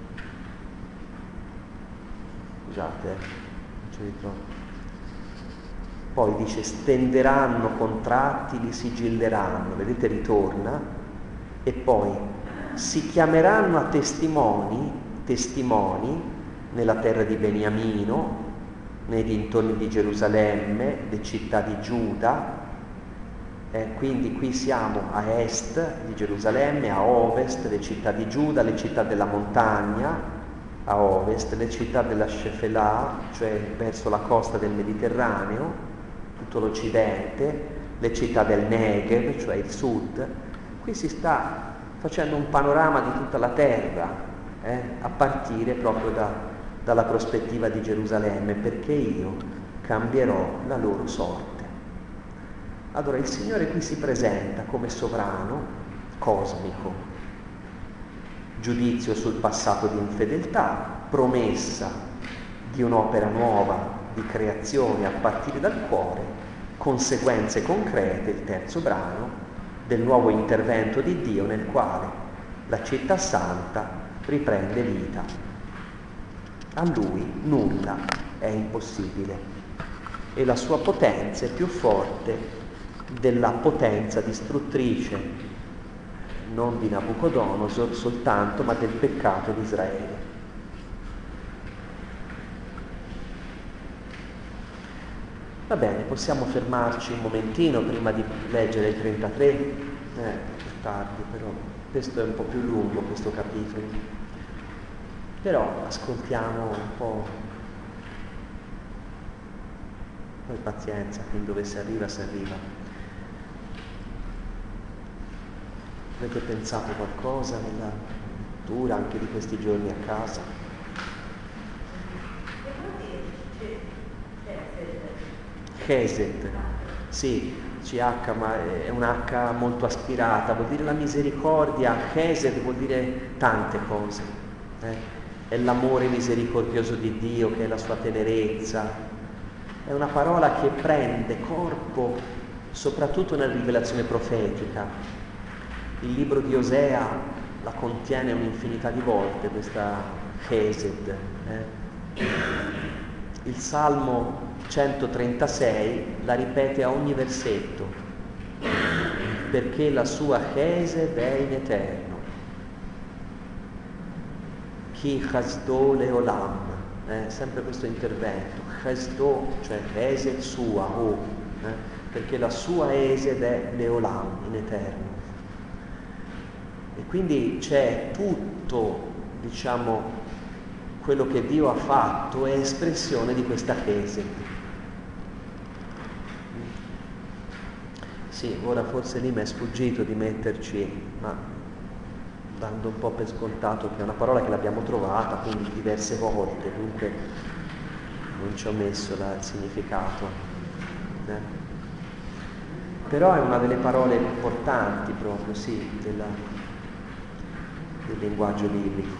A: scusate, eh, non ci ritrovo. Poi dice stenderanno contratti, li sigilleranno, vedete, ritorna, e poi si chiameranno a testimoni, testimoni nella terra di Beniamino, nei dintorni di Gerusalemme, le città di Giuda. Eh, quindi qui siamo a est di Gerusalemme, a ovest le città di Giuda, le città della montagna, a ovest le città della Shefelah, cioè verso la costa del Mediterraneo, tutto l'occidente, le città del Negev, cioè il sud. Qui si sta facendo un panorama di tutta la terra, eh, a partire proprio da, dalla prospettiva di Gerusalemme, perché io cambierò la loro sorte. Allora il Signore qui si presenta come sovrano, cosmico, giudizio sul passato di infedeltà, promessa di un'opera nuova di creazione a partire dal cuore, conseguenze concrete, il terzo brano, del nuovo intervento di Dio nel quale la città santa riprende vita. A Lui nulla è impossibile e la sua potenza è più forte della potenza distruttrice, non di Nabucodonosor soltanto, ma del peccato di Israele. Va bene, possiamo fermarci un momentino prima di leggere il trentatré? Eh, è tardi, però questo è un po' più lungo, questo capitolo. Però ascoltiamo un po'. Poi pazienza, fin dove si arriva, si arriva. Avete pensato qualcosa nella lettura anche di questi giorni a casa? Chesed, sì, C H, ma è un H molto aspirata, vuol dire la misericordia. Chesed vuol dire tante cose, eh? È l'amore misericordioso di Dio, che è la sua tenerezza. È una parola che prende corpo soprattutto nella rivelazione profetica. Il libro di Osea la contiene un'infinità di volte, questa Chesed. Eh? Il Salmo centotrentasei la ripete a ogni versetto, perché la sua Chesed è in eterno. Chi Chasdo Leolam, eh? sempre questo intervento. Chasdo, cioè Chesed sua, oh, eh? perché la sua Esed è Leolam, in eterno. E quindi c'è tutto, diciamo, quello che Dio ha fatto è espressione di questa Chesed. Sì, ora forse lì mi è sfuggito di metterci, ma dando un po' per scontato che è una parola che l'abbiamo trovata, quindi diverse volte, dunque non ci ho messo la, il significato. Eh? Però è una delle parole importanti proprio, sì, della... del linguaggio biblico.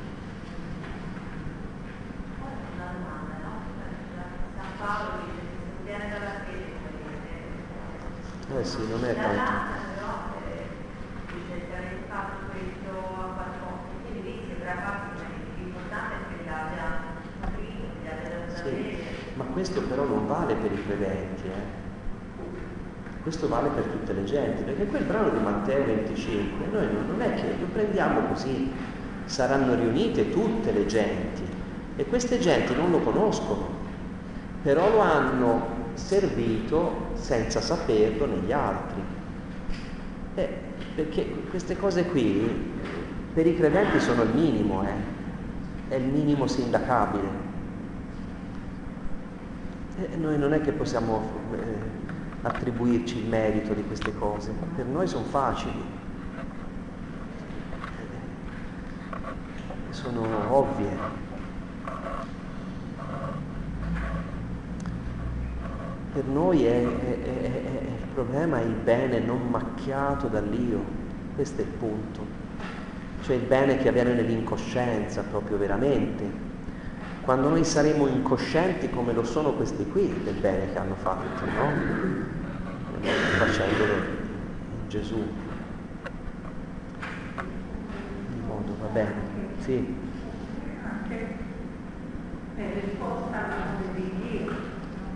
B: San Paolo dice che se non viene dalla fede,
A: Eh sì, non è tanto.
B: però dice che avete fatto questo a qualcosa, quindi lì sembra facile, l'importante è che l'abbia capito, che l'abbia dato da fede.
A: Ma questo però non vale per i credenti, eh. Questo vale per tutte le genti, perché quel brano di Matteo venticinque, noi non è che lo prendiamo così, saranno riunite tutte le genti, e queste genti non lo conoscono, però lo hanno servito senza saperlo negli altri. Eh, perché queste cose qui per i credenti sono il minimo, eh? È il minimo sindacabile. E noi non è che possiamo eh, attribuirci il merito di queste cose, per noi sono facili, sono ovvie. Per noi è, è, è, è, il problema è il bene non macchiato dall'io, questo è il punto, cioè il bene che avviene nell'incoscienza proprio veramente, quando noi saremo incoscienti come lo sono questi qui del bene che hanno fatto, no? Facendolo in Gesù. In modo, va bene, sì.
B: Anche per risposta all'amore di Dio.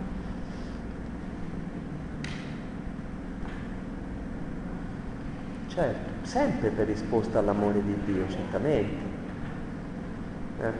A: Certo, sempre per risposta all'amore di Dio, certamente. Eh.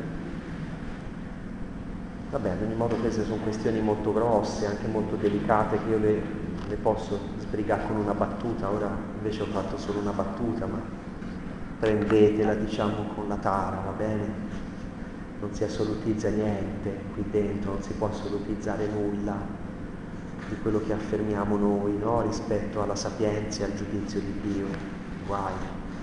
A: Vabbè, ad ogni modo queste sono questioni molto grosse, anche molto delicate, che io le, le posso sbrigare con una battuta. Ora invece ho fatto solo una battuta, ma prendetela, diciamo, con la tara, va bene? Non si assolutizza niente qui dentro, non si può assolutizzare nulla di quello che affermiamo noi, no? Rispetto alla sapienza e al giudizio di Dio, guai.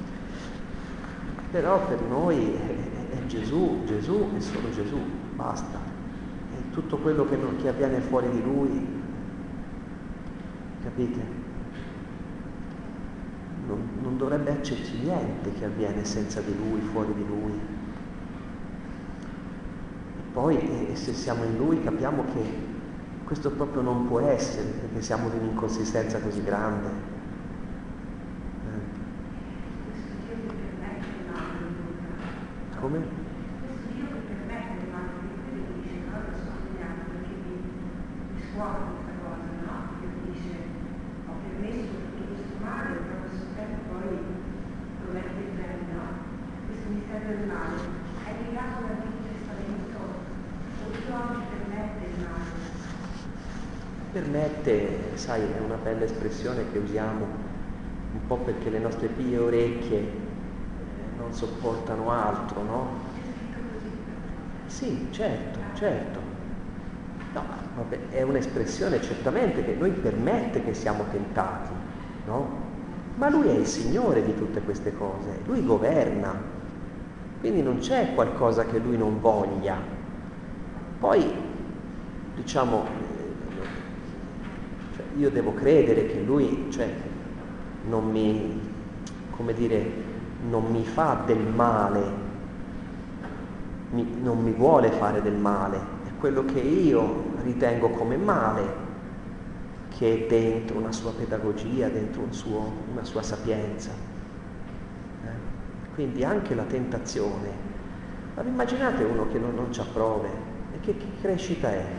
A: Però per noi è, è Gesù, Gesù è solo Gesù, basta. E tutto quello che, non, che avviene fuori di Lui, capite? Non, non dovrebbe esserci niente che avviene senza di Lui, fuori di Lui. E poi, e se siamo in Lui, capiamo che questo proprio non può essere, perché siamo di un'inconsistenza così grande. Eh. Come?
B: Questo Dio che permette il male di quello che dice, però lo sto studiando perché mi scuola questa cosa, no? Che dice, ho permesso tutto questo male, però questo tempo poi lo mette il bene, no? Questo mistero del male è legato all'Antico Testamento, o Dio oggi permette il male?
A: Permette, sai, è una bella espressione che usiamo un po' perché le nostre pie orecchie non sopportano altro, no? Sì, certo, certo. No, vabbè, è un'espressione certamente che Lui permette che siamo tentati, no? Ma Lui è il Signore di tutte queste cose, Lui governa, quindi non c'è qualcosa che Lui non voglia. Poi, diciamo, io devo credere che Lui, cioè, non mi, come dire, non mi fa del male, mi, non mi vuole fare del male, è quello che io ritengo come male, che è dentro una sua pedagogia, dentro un suo, una sua sapienza. Eh? Quindi anche la tentazione, ma immaginate uno che non, non ci approve, e che, che crescita è?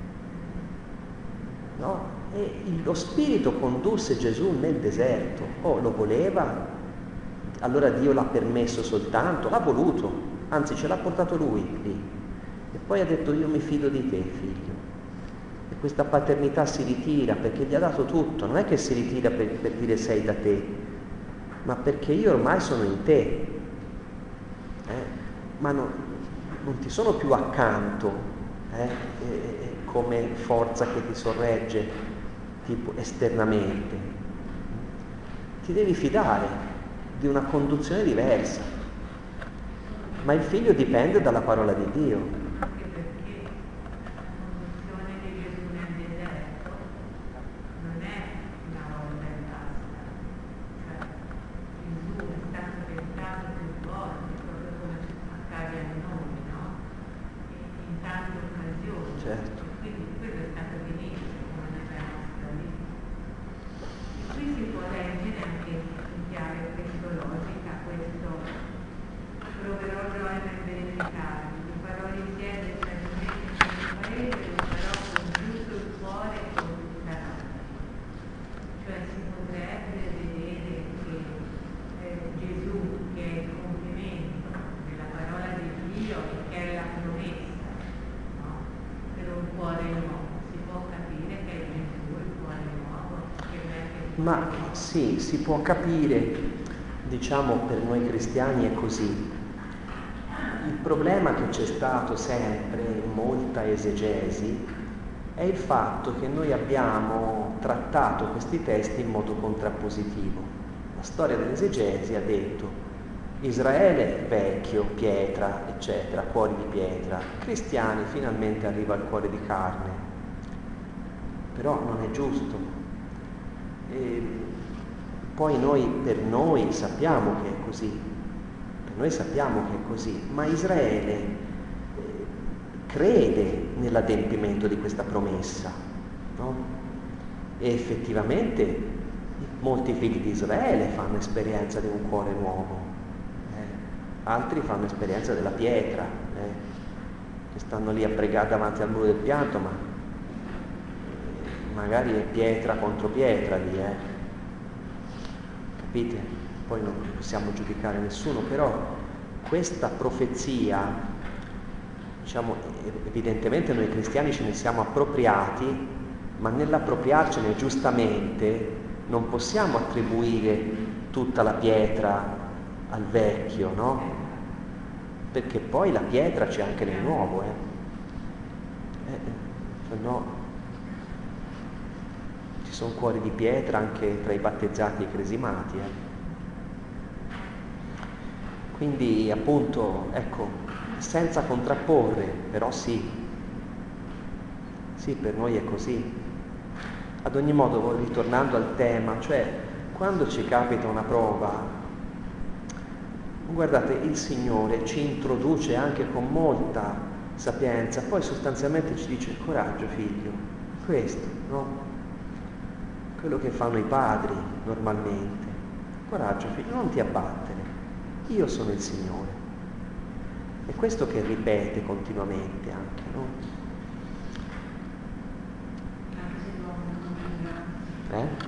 A: No? E lo Spirito condusse Gesù nel deserto. Oh, lo voleva? Allora Dio l'ha permesso soltanto? L'ha voluto, anzi ce l'ha portato Lui lì. E poi ha detto: io mi fido di te, figlio. E questa paternità si ritira perché gli ha dato tutto. Non è che si ritira per, per dire sei da te, ma perché io ormai sono in te. Eh? Ma non, non ti sono più accanto, eh? e, e, come forza che ti sorregge tipo esternamente. Ti devi fidare di una conduzione diversa, ma il figlio dipende dalla parola di Dio.
B: Anche perché la conduzione di Gesù nel deserto non è una volta e basta, cioè Gesù è stato tentato più volte, proprio come accade a noi, no? E in tante occasioni.
A: Certo.
B: Quindi quello è stato benissimo come nella nostra vita. E qui si può leggere anche in chiave cristologica questo: proverò gioia nel verificarmi, le parole insieme certamente nel paese, lo farò con tutto il cuore e con tutta l'anima. Cioè si potrebbe vedere che eh, Gesù, che è il compimento della parola di Dio e che è la promessa, no? Per un cuore nuovo, si può capire che è Gesù il cuore nuovo, che mette il
A: Ma sì, si può capire, diciamo, per noi cristiani è così. Il problema che c'è stato sempre in molta esegesi è il fatto che noi abbiamo trattato questi testi in modo contrappositivo. La storia dell'esegesi ha detto Israele vecchio, pietra, eccetera, cuori di pietra, cristiani finalmente arriva al cuore di carne, però non è giusto. E poi noi, per noi sappiamo che è così, per noi sappiamo che è così, ma Israele eh, crede nell'adempimento di questa promessa, no? E effettivamente molti figli di Israele fanno esperienza di un cuore nuovo. Altri fanno esperienza della pietra, eh, che stanno lì a pregare davanti al muro del pianto, ma magari è pietra contro pietra lì, eh. Capite? Poi non possiamo giudicare nessuno, però questa profezia, diciamo, evidentemente noi cristiani ce ne siamo appropriati, ma nell'appropriarcene giustamente non possiamo attribuire tutta la pietra al vecchio, no? Perché poi la pietra c'è anche nel nuovo, eh? eh se no ci sono cuori di pietra anche tra i battezzati e i cresimati, eh? Quindi appunto, ecco, senza contrapporre, però sì, sì, per noi è così. Ad ogni modo, ritornando al tema, cioè quando ci capita una prova, guardate, il Signore ci introduce anche con molta sapienza, poi sostanzialmente ci dice coraggio figlio, questo, no? Quello che fanno i padri normalmente, coraggio figlio, non ti abbattere, io sono il Signore. È questo che ripete continuamente anche, no? Eh?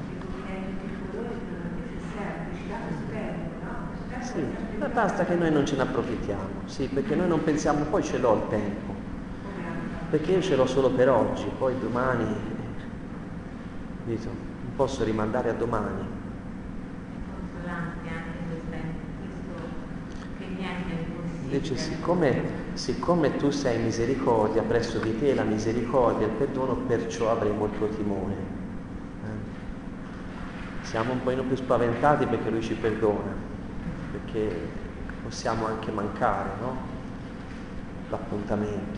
A: Sì, ma basta che noi non ce ne approfittiamo, sì, perché noi non pensiamo, poi ce l'ho il tempo, perché io ce l'ho solo per oggi, poi domani, capito? Non posso rimandare a domani.
B: Consolante anche questo, che niente è impossibile.
A: Invece siccome, siccome tu sei misericordia, presso di te la misericordia e il perdono, perciò avremo il tuo timore. Eh? Siamo un po' più spaventati perché lui ci perdona, perché possiamo anche mancare, no? L'appuntamento.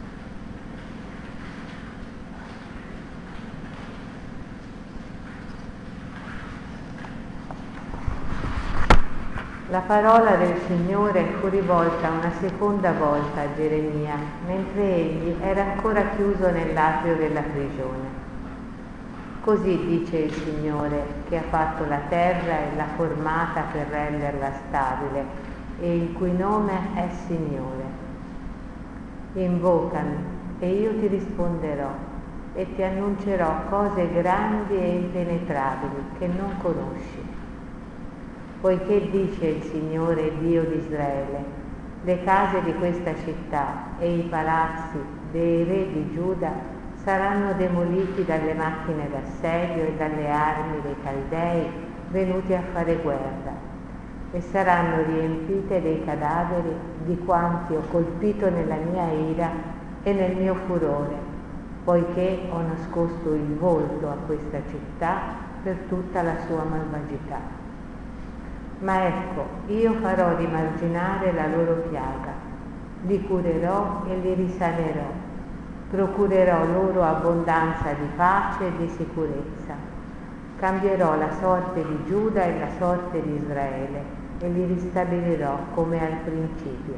C: La parola del Signore fu rivolta una seconda volta a Geremia, mentre egli era ancora chiuso nell'atrio della prigione. Così dice il Signore, che ha fatto la terra e l'ha formata per renderla stabile, e il cui nome è Signore. Invocami e io ti risponderò e ti annuncerò cose grandi e impenetrabili che non conosci. Poiché dice il Signore Dio di Israele, le case di questa città e i palazzi dei re di Giuda saranno demoliti dalle macchine d'assedio e dalle armi dei Caldei venuti a fare guerra, e saranno riempite dei cadaveri di quanti ho colpito nella mia ira e nel mio furore, poiché ho nascosto il volto a questa città per tutta la sua malvagità. Ma ecco, io farò rimarginare la loro piaga, li curerò e li risanerò. Procurerò loro abbondanza di pace e di sicurezza. Cambierò la sorte di Giuda e la sorte di Israele e li ristabilirò come al principio.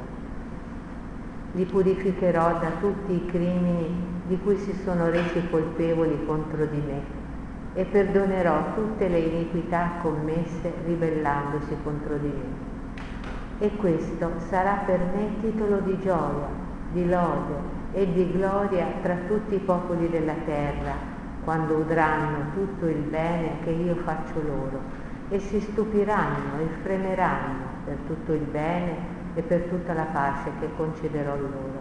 C: Li purificherò da tutti i crimini di cui si sono resi colpevoli contro di me e perdonerò tutte le iniquità commesse ribellandosi contro di me. E questo sarà per me titolo di gioia, di lode e di gloria tra tutti i popoli della terra, quando udranno tutto il bene che io faccio loro, e si stupiranno e fremeranno per tutto il bene e per tutta la pace che concederò loro.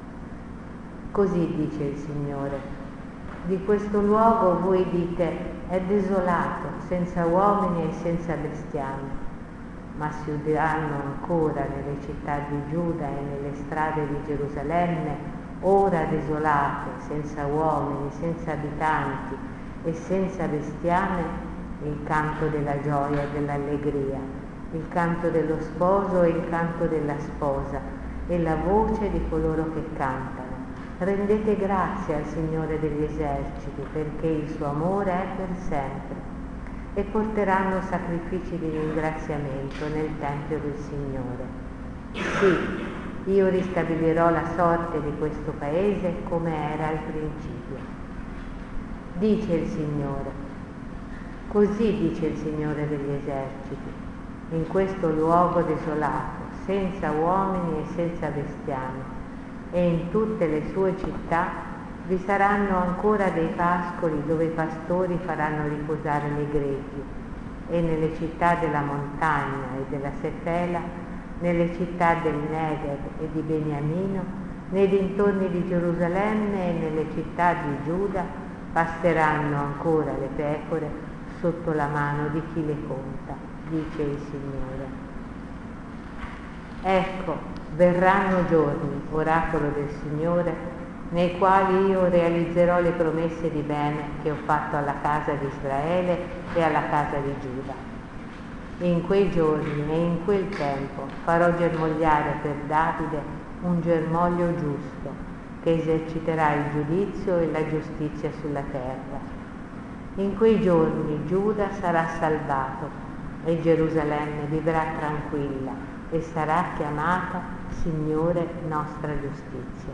C: Così dice il Signore: di questo luogo voi dite, è desolato, senza uomini e senza bestiame, ma si udranno ancora nelle città di Giuda e nelle strade di Gerusalemme ora desolate, senza uomini, senza abitanti e senza bestiame, il canto della gioia e dell'allegria, il canto dello sposo e il canto della sposa e la voce di coloro che cantano. Rendete grazie al Signore degli eserciti, perché il suo amore è per sempre. E porteranno sacrifici di ringraziamento nel Tempio del Signore. Sì, io ristabilirò la sorte di questo paese come era al principio. Dice il Signore. Così dice il Signore degli eserciti, in questo luogo desolato, senza uomini e senza bestiame, e in tutte le sue città vi saranno ancora dei pascoli dove i pastori faranno riposare le greggi, e nelle città della montagna e della Sefela, nelle città del Negev e di Beniamino, nei dintorni di Gerusalemme e nelle città di Giuda pasteranno ancora le pecore sotto la mano di chi le conta, dice il Signore. Ecco, verranno giorni, oracolo del Signore, nei quali io realizzerò le promesse di bene che ho fatto alla casa di Israele e alla casa di Giuda. In quei giorni e in quel tempo farò germogliare per Davide un germoglio giusto, che eserciterà il giudizio e la giustizia sulla terra. In quei giorni Giuda sarà salvato e Gerusalemme vivrà tranquilla e sarà chiamata Signore nostra giustizia.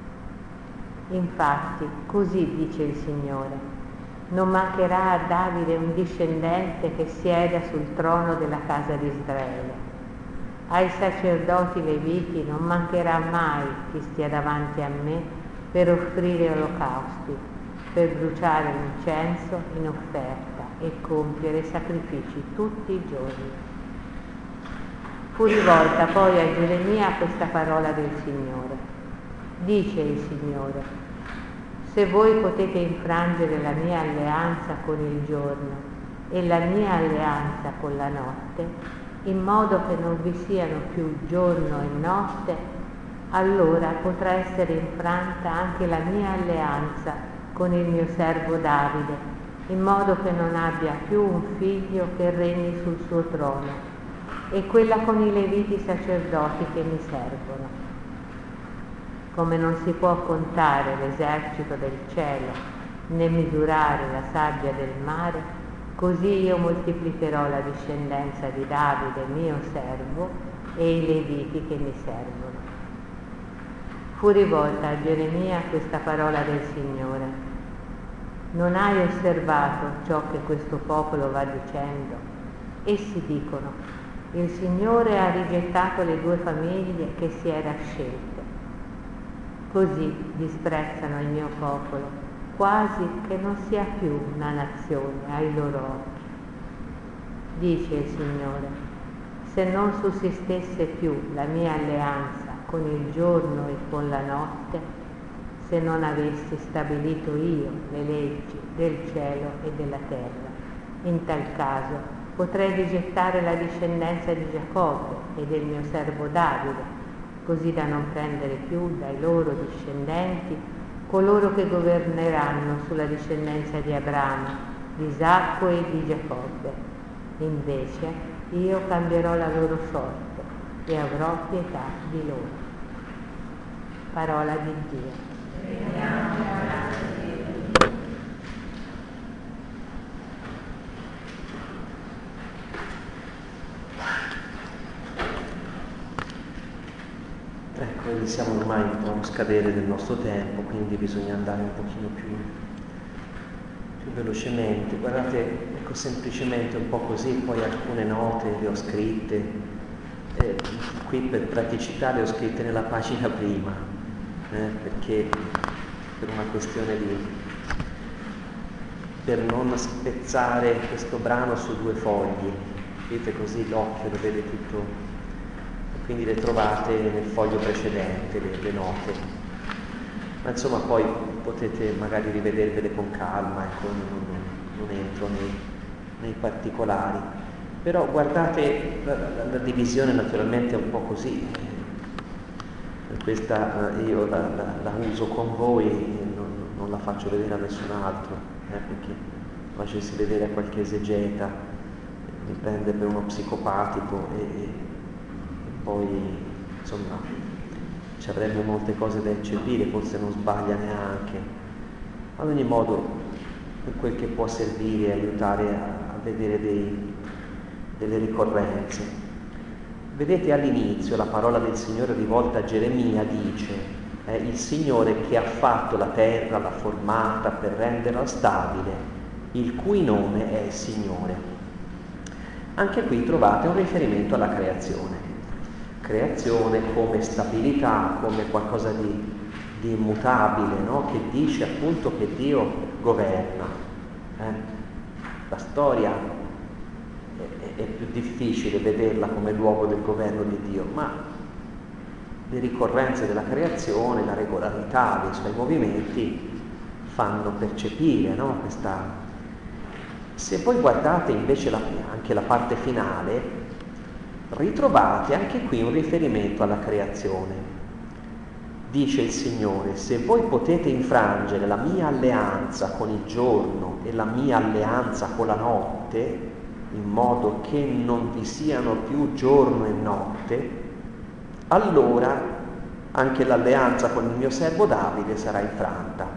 C: Infatti, così dice il Signore, non mancherà a Davide un discendente che sieda sul trono della casa di Israele. Ai sacerdoti leviti non mancherà mai chi stia davanti a me per offrire olocausti, per bruciare l'incenso in offerta e compiere sacrifici tutti i giorni. Fu rivolta poi a Geremia questa parola del Signore. Dice il Signore, se voi potete infrangere la mia alleanza con il giorno e la mia alleanza con la notte, in modo che non vi siano più giorno e notte, allora potrà essere infranta anche la mia alleanza con il mio servo Davide, in modo che non abbia più un figlio che regni sul suo trono, e quella con i leviti sacerdoti che mi servono. Come non si può contare l'esercito del cielo, né misurare la sabbia del mare, così io moltiplicherò la discendenza di Davide, mio servo, e i leviti che mi servono. Fu rivolta a Geremia questa parola del Signore. Non hai osservato ciò che questo popolo va dicendo? Essi dicono, il Signore ha rigettato le due famiglie che si era scelte. Così disprezzano il mio popolo, quasi che non sia più una nazione ai loro occhi. Dice il Signore, se non sussistesse più la mia alleanza con il giorno e con la notte, se non avessi stabilito io le leggi del cielo e della terra. In tal caso potrei rigettare la discendenza di Giacobbe e del mio servo Davide, così da non prendere più dai loro discendenti coloro che governeranno sulla discendenza di Abramo, di Isacco e di Giacobbe. Invece io cambierò la loro sorte e avrò pietà di loro. Parola di Dio.
A: Ecco, siamo ormai un po' allo scadere del nostro tempo, quindi bisogna andare un pochino più, più velocemente. Guardate, ecco, semplicemente un po' così, poi alcune note le ho scritte, eh, qui per praticità le ho scritte nella pagina prima, eh, perché per una questione di per non spezzare questo brano su due fogli, vedete, così l'occhio lo vede tutto, e quindi le trovate nel foglio precedente, le, le note, ma insomma poi potete magari rivedervele con calma, ecco, non, non, non entro nei, nei particolari, però guardate la, la, la divisione naturalmente è un po' così. Questa eh, io la, la, la uso con voi, non, non la faccio vedere a nessun altro, eh, perché facessi vedere a qualche esegeta, mi prende per uno psicopatico e, e poi insomma ci avrebbe molte cose da eccepire, forse non sbaglia neanche. Ad ogni modo, per quel che può servire, aiutare a, a vedere dei, delle ricorrenze. Vedete all'inizio la parola del Signore rivolta a Geremia dice eh, il Signore che ha fatto la terra, l'ha formata per renderla stabile, il cui nome è il Signore. Anche qui trovate un riferimento alla creazione. Creazione come stabilità, come qualcosa di, di immutabile, no? Che dice appunto che Dio governa. Eh? La storia è, è più difficile vederla come luogo del governo di Dio, ma le ricorrenze della creazione, la regolarità dei suoi movimenti fanno percepire, no? Questa... Se poi guardate invece la, anche la parte finale, ritrovate anche qui un riferimento alla creazione. Dice il Signore: se voi potete infrangere la mia alleanza con il giorno e la mia alleanza con la notte, in modo che non vi siano più giorno e notte, allora anche l'alleanza con il mio servo Davide sarà infranta.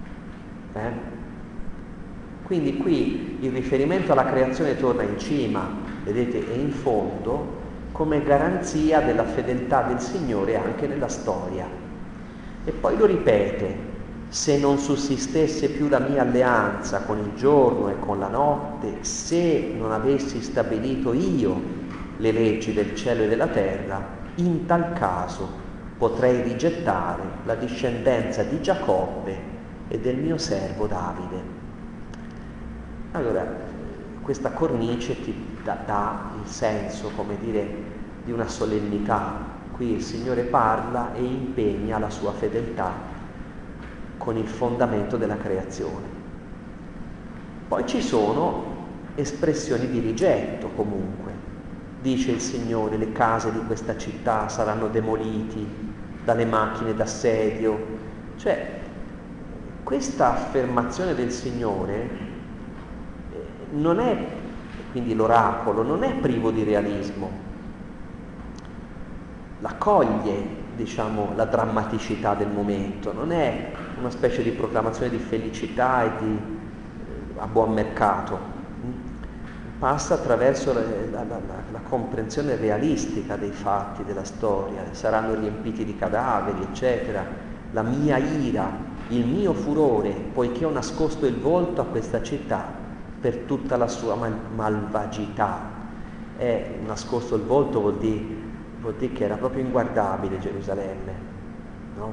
A: Eh? Quindi qui il riferimento alla creazione torna in cima, vedete, e in fondo, come garanzia della fedeltà del Signore anche nella storia. E poi lo ripete: se non sussistesse più la mia alleanza con il giorno e con la notte, se non avessi stabilito io le leggi del cielo e della terra, in tal caso potrei rigettare la discendenza di Giacobbe e del mio servo Davide. Allora, questa cornice ti dà, dà il senso, come dire, di una solennità. Qui il Signore parla e impegna la sua fedeltà con il fondamento della creazione. Poi ci sono espressioni di rigetto comunque. Dice il Signore: le case di questa città saranno demoliti dalle macchine d'assedio. Cioè, questa affermazione del Signore non è, quindi l'oracolo, non è privo di realismo, la coglie, diciamo, la drammaticità del momento, non è una specie di proclamazione di felicità e di eh, a buon mercato, passa attraverso la, la, la, la comprensione realistica dei fatti, della storia. Saranno riempiti di cadaveri, eccetera, la mia ira, il mio furore, poiché ho nascosto il volto a questa città per tutta la sua mal- malvagità. È nascosto il volto vuol dire, vuol dire che era proprio inguardabile Gerusalemme, no?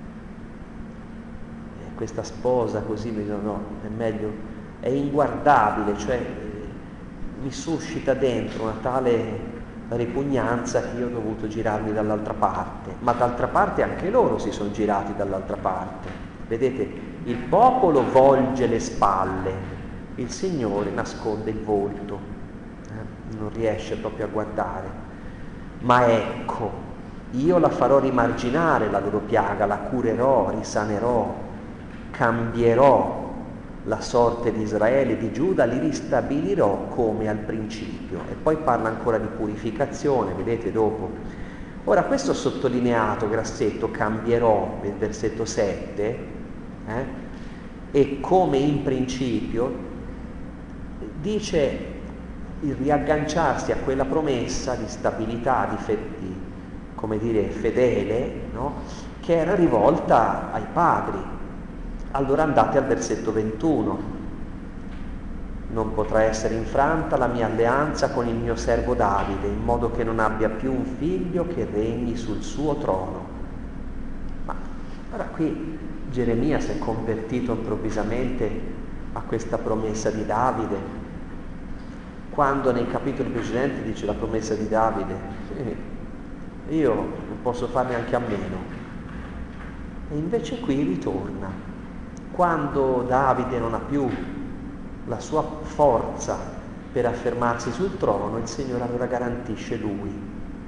A: E questa sposa così, no, no, è meglio, è inguardabile, cioè eh, mi suscita dentro una tale ripugnanza che io ho dovuto girarmi dall'altra parte, ma d'altra parte anche loro si sono girati dall'altra parte. Vedete, il popolo volge le spalle, il Signore nasconde il volto, eh? non riesce proprio a guardare. Ma ecco, io la farò rimarginare la loro piaga, la curerò, risanerò, cambierò la sorte di Israele e di Giuda, li ristabilirò come al principio. E poi parla ancora di purificazione, vedete dopo. Ora questo sottolineato, grassetto, cambierò, nel versetto sette, eh? e come in principio, dice il riagganciarsi a quella promessa di stabilità, di, fe- di come dire, fedele, no? Che era rivolta ai padri. Allora andate al versetto ventuno: non potrà essere infranta la mia alleanza con il mio servo Davide, in modo che non abbia più un figlio che regni sul suo trono. Ma ora qui Geremia si è convertito improvvisamente a questa promessa di Davide, quando nei capitoli precedenti dice la promessa di Davide, eh, io non posso farne anche a meno. E invece qui ritorna, quando Davide non ha più la sua forza per affermarsi sul trono, il Signore allora garantisce lui,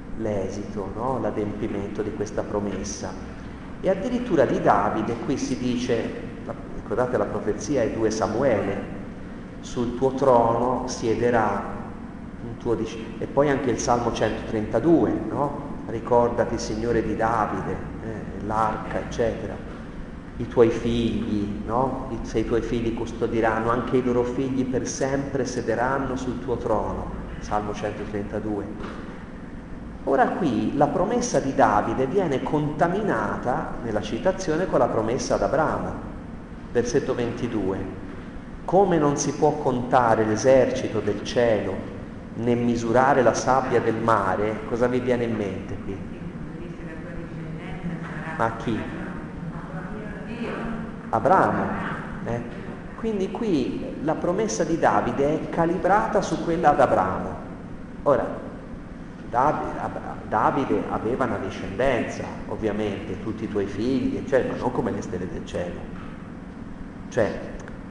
A: l'esito, no? L'adempimento di questa promessa. E addirittura di Davide qui si dice, ricordate la profezia è due Samuele, sul tuo trono siederà un tuo dic- e poi anche il Salmo centotrentadue, no? Ricordati Signore di Davide, eh, l'arca, eccetera, i tuoi figli, no? I, se i tuoi figli custodiranno, anche i loro figli per sempre sederanno sul tuo trono, Salmo centotrentadue. Ora qui la promessa di Davide viene contaminata nella citazione con la promessa ad Abramo, versetto ventidue. Come non si può contare l'esercito del cielo né misurare la sabbia del mare, cosa vi viene in mente qui? Ma chi? Abramo. Eh? Quindi qui la promessa di Davide è calibrata su quella ad Abramo. Ora, Davide aveva una discendenza, ovviamente, tutti i tuoi figli, eccetera, ma non come le stelle del cielo. Cioè,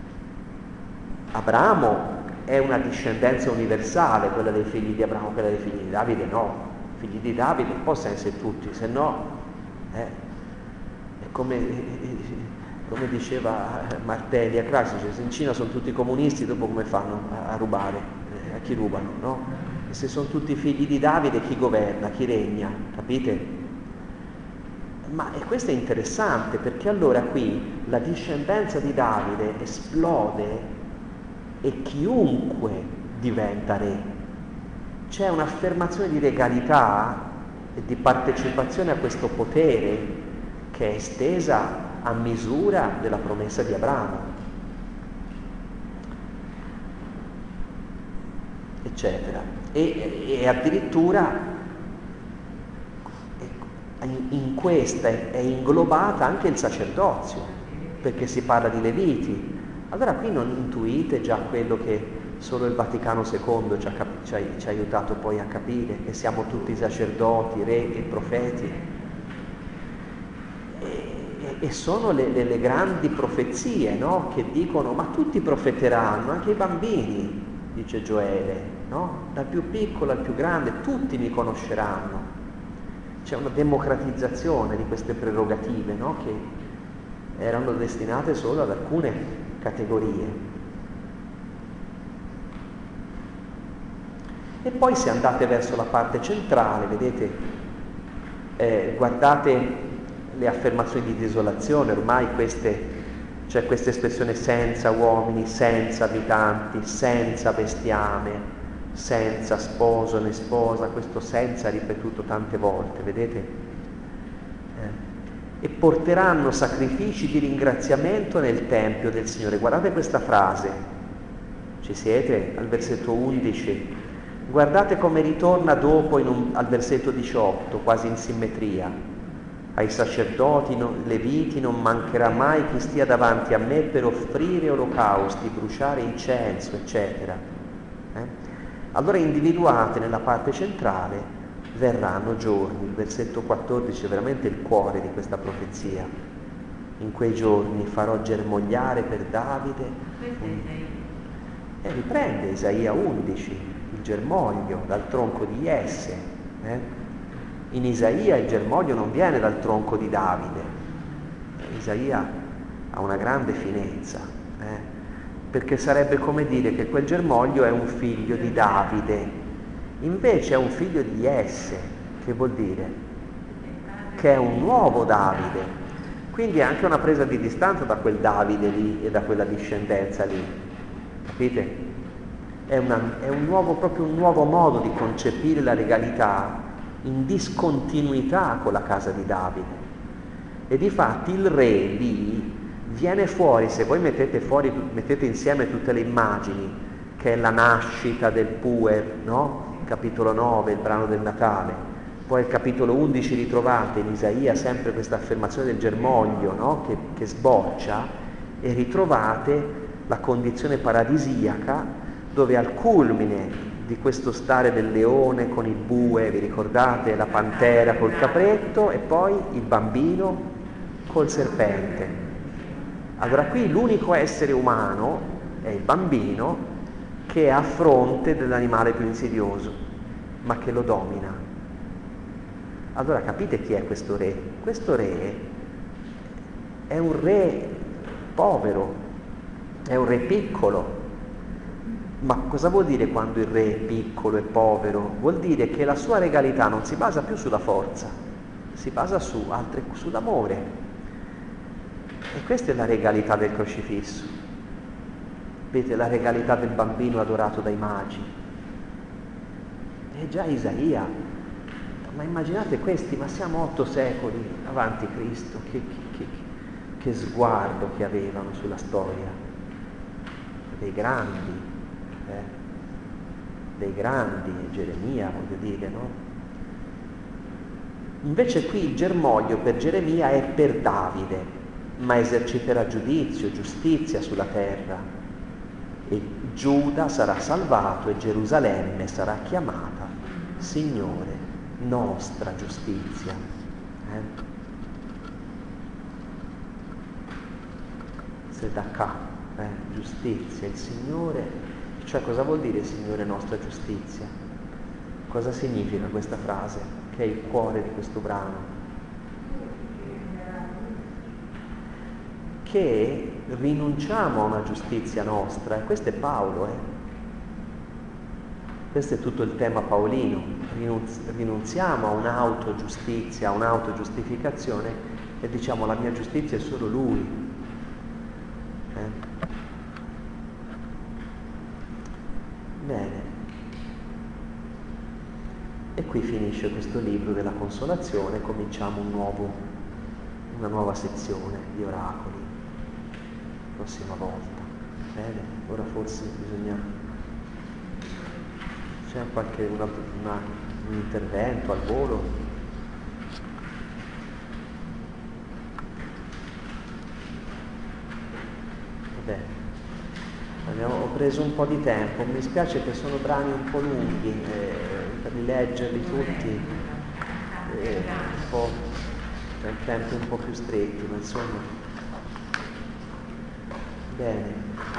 A: Abramo è una discendenza universale, quella dei figli di Abramo, quella dei figli di Davide no. I figli di Davide non possono essere tutti, se no eh, è come, come diceva Martelli a Craxi, se in Cina sono tutti comunisti, dopo come fanno a, a rubare? Eh, a chi rubano, no? E se sono tutti figli di Davide, chi governa, chi regna, capite? Ma e questo è interessante, perché allora qui la discendenza di Davide esplode e chiunque diventa re. C'è un'affermazione di regalità e di partecipazione a questo potere che è estesa a misura della promessa di Abramo, eccetera. E, e addirittura in, in questa è, è inglobata anche il sacerdozio, perché si parla di Leviti. Allora qui non intuite già quello che solo il Vaticano secondo ci ha, cap- ci ha, ci ha aiutato poi a capire, che siamo tutti sacerdoti, re e profeti. E, e, e sono le, le, le grandi profezie, no? Che dicono, ma tutti profeteranno, anche i bambini, dice Gioele, no? Dal più piccolo al più grande, tutti mi conosceranno. C'è una democratizzazione di queste prerogative, no? Che erano destinate solo ad alcune categorie. E poi se andate verso la parte centrale, vedete, eh, guardate le affermazioni di desolazione, ormai queste, c'è questa espressione senza uomini, senza abitanti, senza bestiame, senza sposo né sposa, questo senza ripetuto tante volte, vedete? Eh. E porteranno sacrifici di ringraziamento nel Tempio del Signore. Guardate questa frase, ci siete? Al versetto undici. Guardate come ritorna dopo in un, al versetto diciotto, quasi in simmetria. Ai sacerdoti non, leviti non mancherà mai chi stia davanti a me per offrire olocausti, bruciare incenso, eccetera. Eh? Allora individuate nella parte centrale verranno giorni, il versetto quattordici è veramente il cuore di questa profezia. In quei giorni farò germogliare per Davide un... e riprende Isaia undici, il germoglio dal tronco di Jesse. Eh? In Isaia il germoglio non viene dal tronco di Davide. Isaia ha una grande finezza, eh? Perché sarebbe come dire che quel germoglio è un figlio di Davide. Invece è un figlio di Jesse, che vuol dire? Che è un nuovo Davide. Quindi è anche una presa di distanza da quel Davide lì e da quella discendenza lì. Capite? È, una, è un nuovo, proprio un nuovo modo di concepire la regalità in discontinuità con la casa di Davide. E difatti il re lì viene fuori, se voi mettete fuori, mettete insieme tutte le immagini, che è la nascita del puer, no? Capitolo nove, il brano del Natale, poi il capitolo undici ritrovate in Isaia sempre questa affermazione del germoglio, no? che, che sboccia, e ritrovate la condizione paradisiaca dove al culmine di questo stare del leone con il bue, vi ricordate, la pantera col capretto e poi il bambino col serpente. Allora qui l'unico essere umano è il bambino, che è a fronte dell'animale più insidioso, ma che lo domina. allora capite chi è questo re? Questo re è un re povero, è un re piccolo. Ma cosa vuol dire quando il re è piccolo e povero? Vuol dire che la sua regalità non si basa più sulla forza, si basa su altre, sull'amore. E questa è la regalità del crocifisso. Vedete la regalità del bambino adorato dai magi. E già Isaia, ma immaginate questi, ma siamo otto secoli avanti Cristo, che, che, che, che sguardo che avevano sulla storia, dei grandi. Eh, dei grandi, Geremia voglio dire, no? Invece qui il germoglio per Geremia è per Davide, ma eserciterà giudizio, giustizia sulla terra, e Giuda sarà salvato e Gerusalemme sarà chiamata Signore, nostra giustizia. Eh? Se da qua, eh? Giustizia, il Signore. Cioè cosa vuol dire Signore nostra giustizia? Cosa significa questa frase, che è il cuore di questo brano? Che rinunciamo a una giustizia nostra, e questo è Paolo, eh? Questo è tutto il tema paolino, Rinunzi- rinunziamo a un'autogiustizia, a un'autogiustificazione e diciamo la mia giustizia è solo Lui. Eh? Bene, e qui finisce questo libro della consolazione, cominciamo un nuovo, una nuova sezione di oracoli, prossima volta. Bene, ora forse bisogna, c'è qualche una, una, un intervento al volo? Vabbè. Abbiamo, ho preso un po' di tempo, mi spiace che sono brani un po' lunghi, eh, per rileggerli tutti eh, un po' in tempi un po' più stretti, ma insomma. Bene.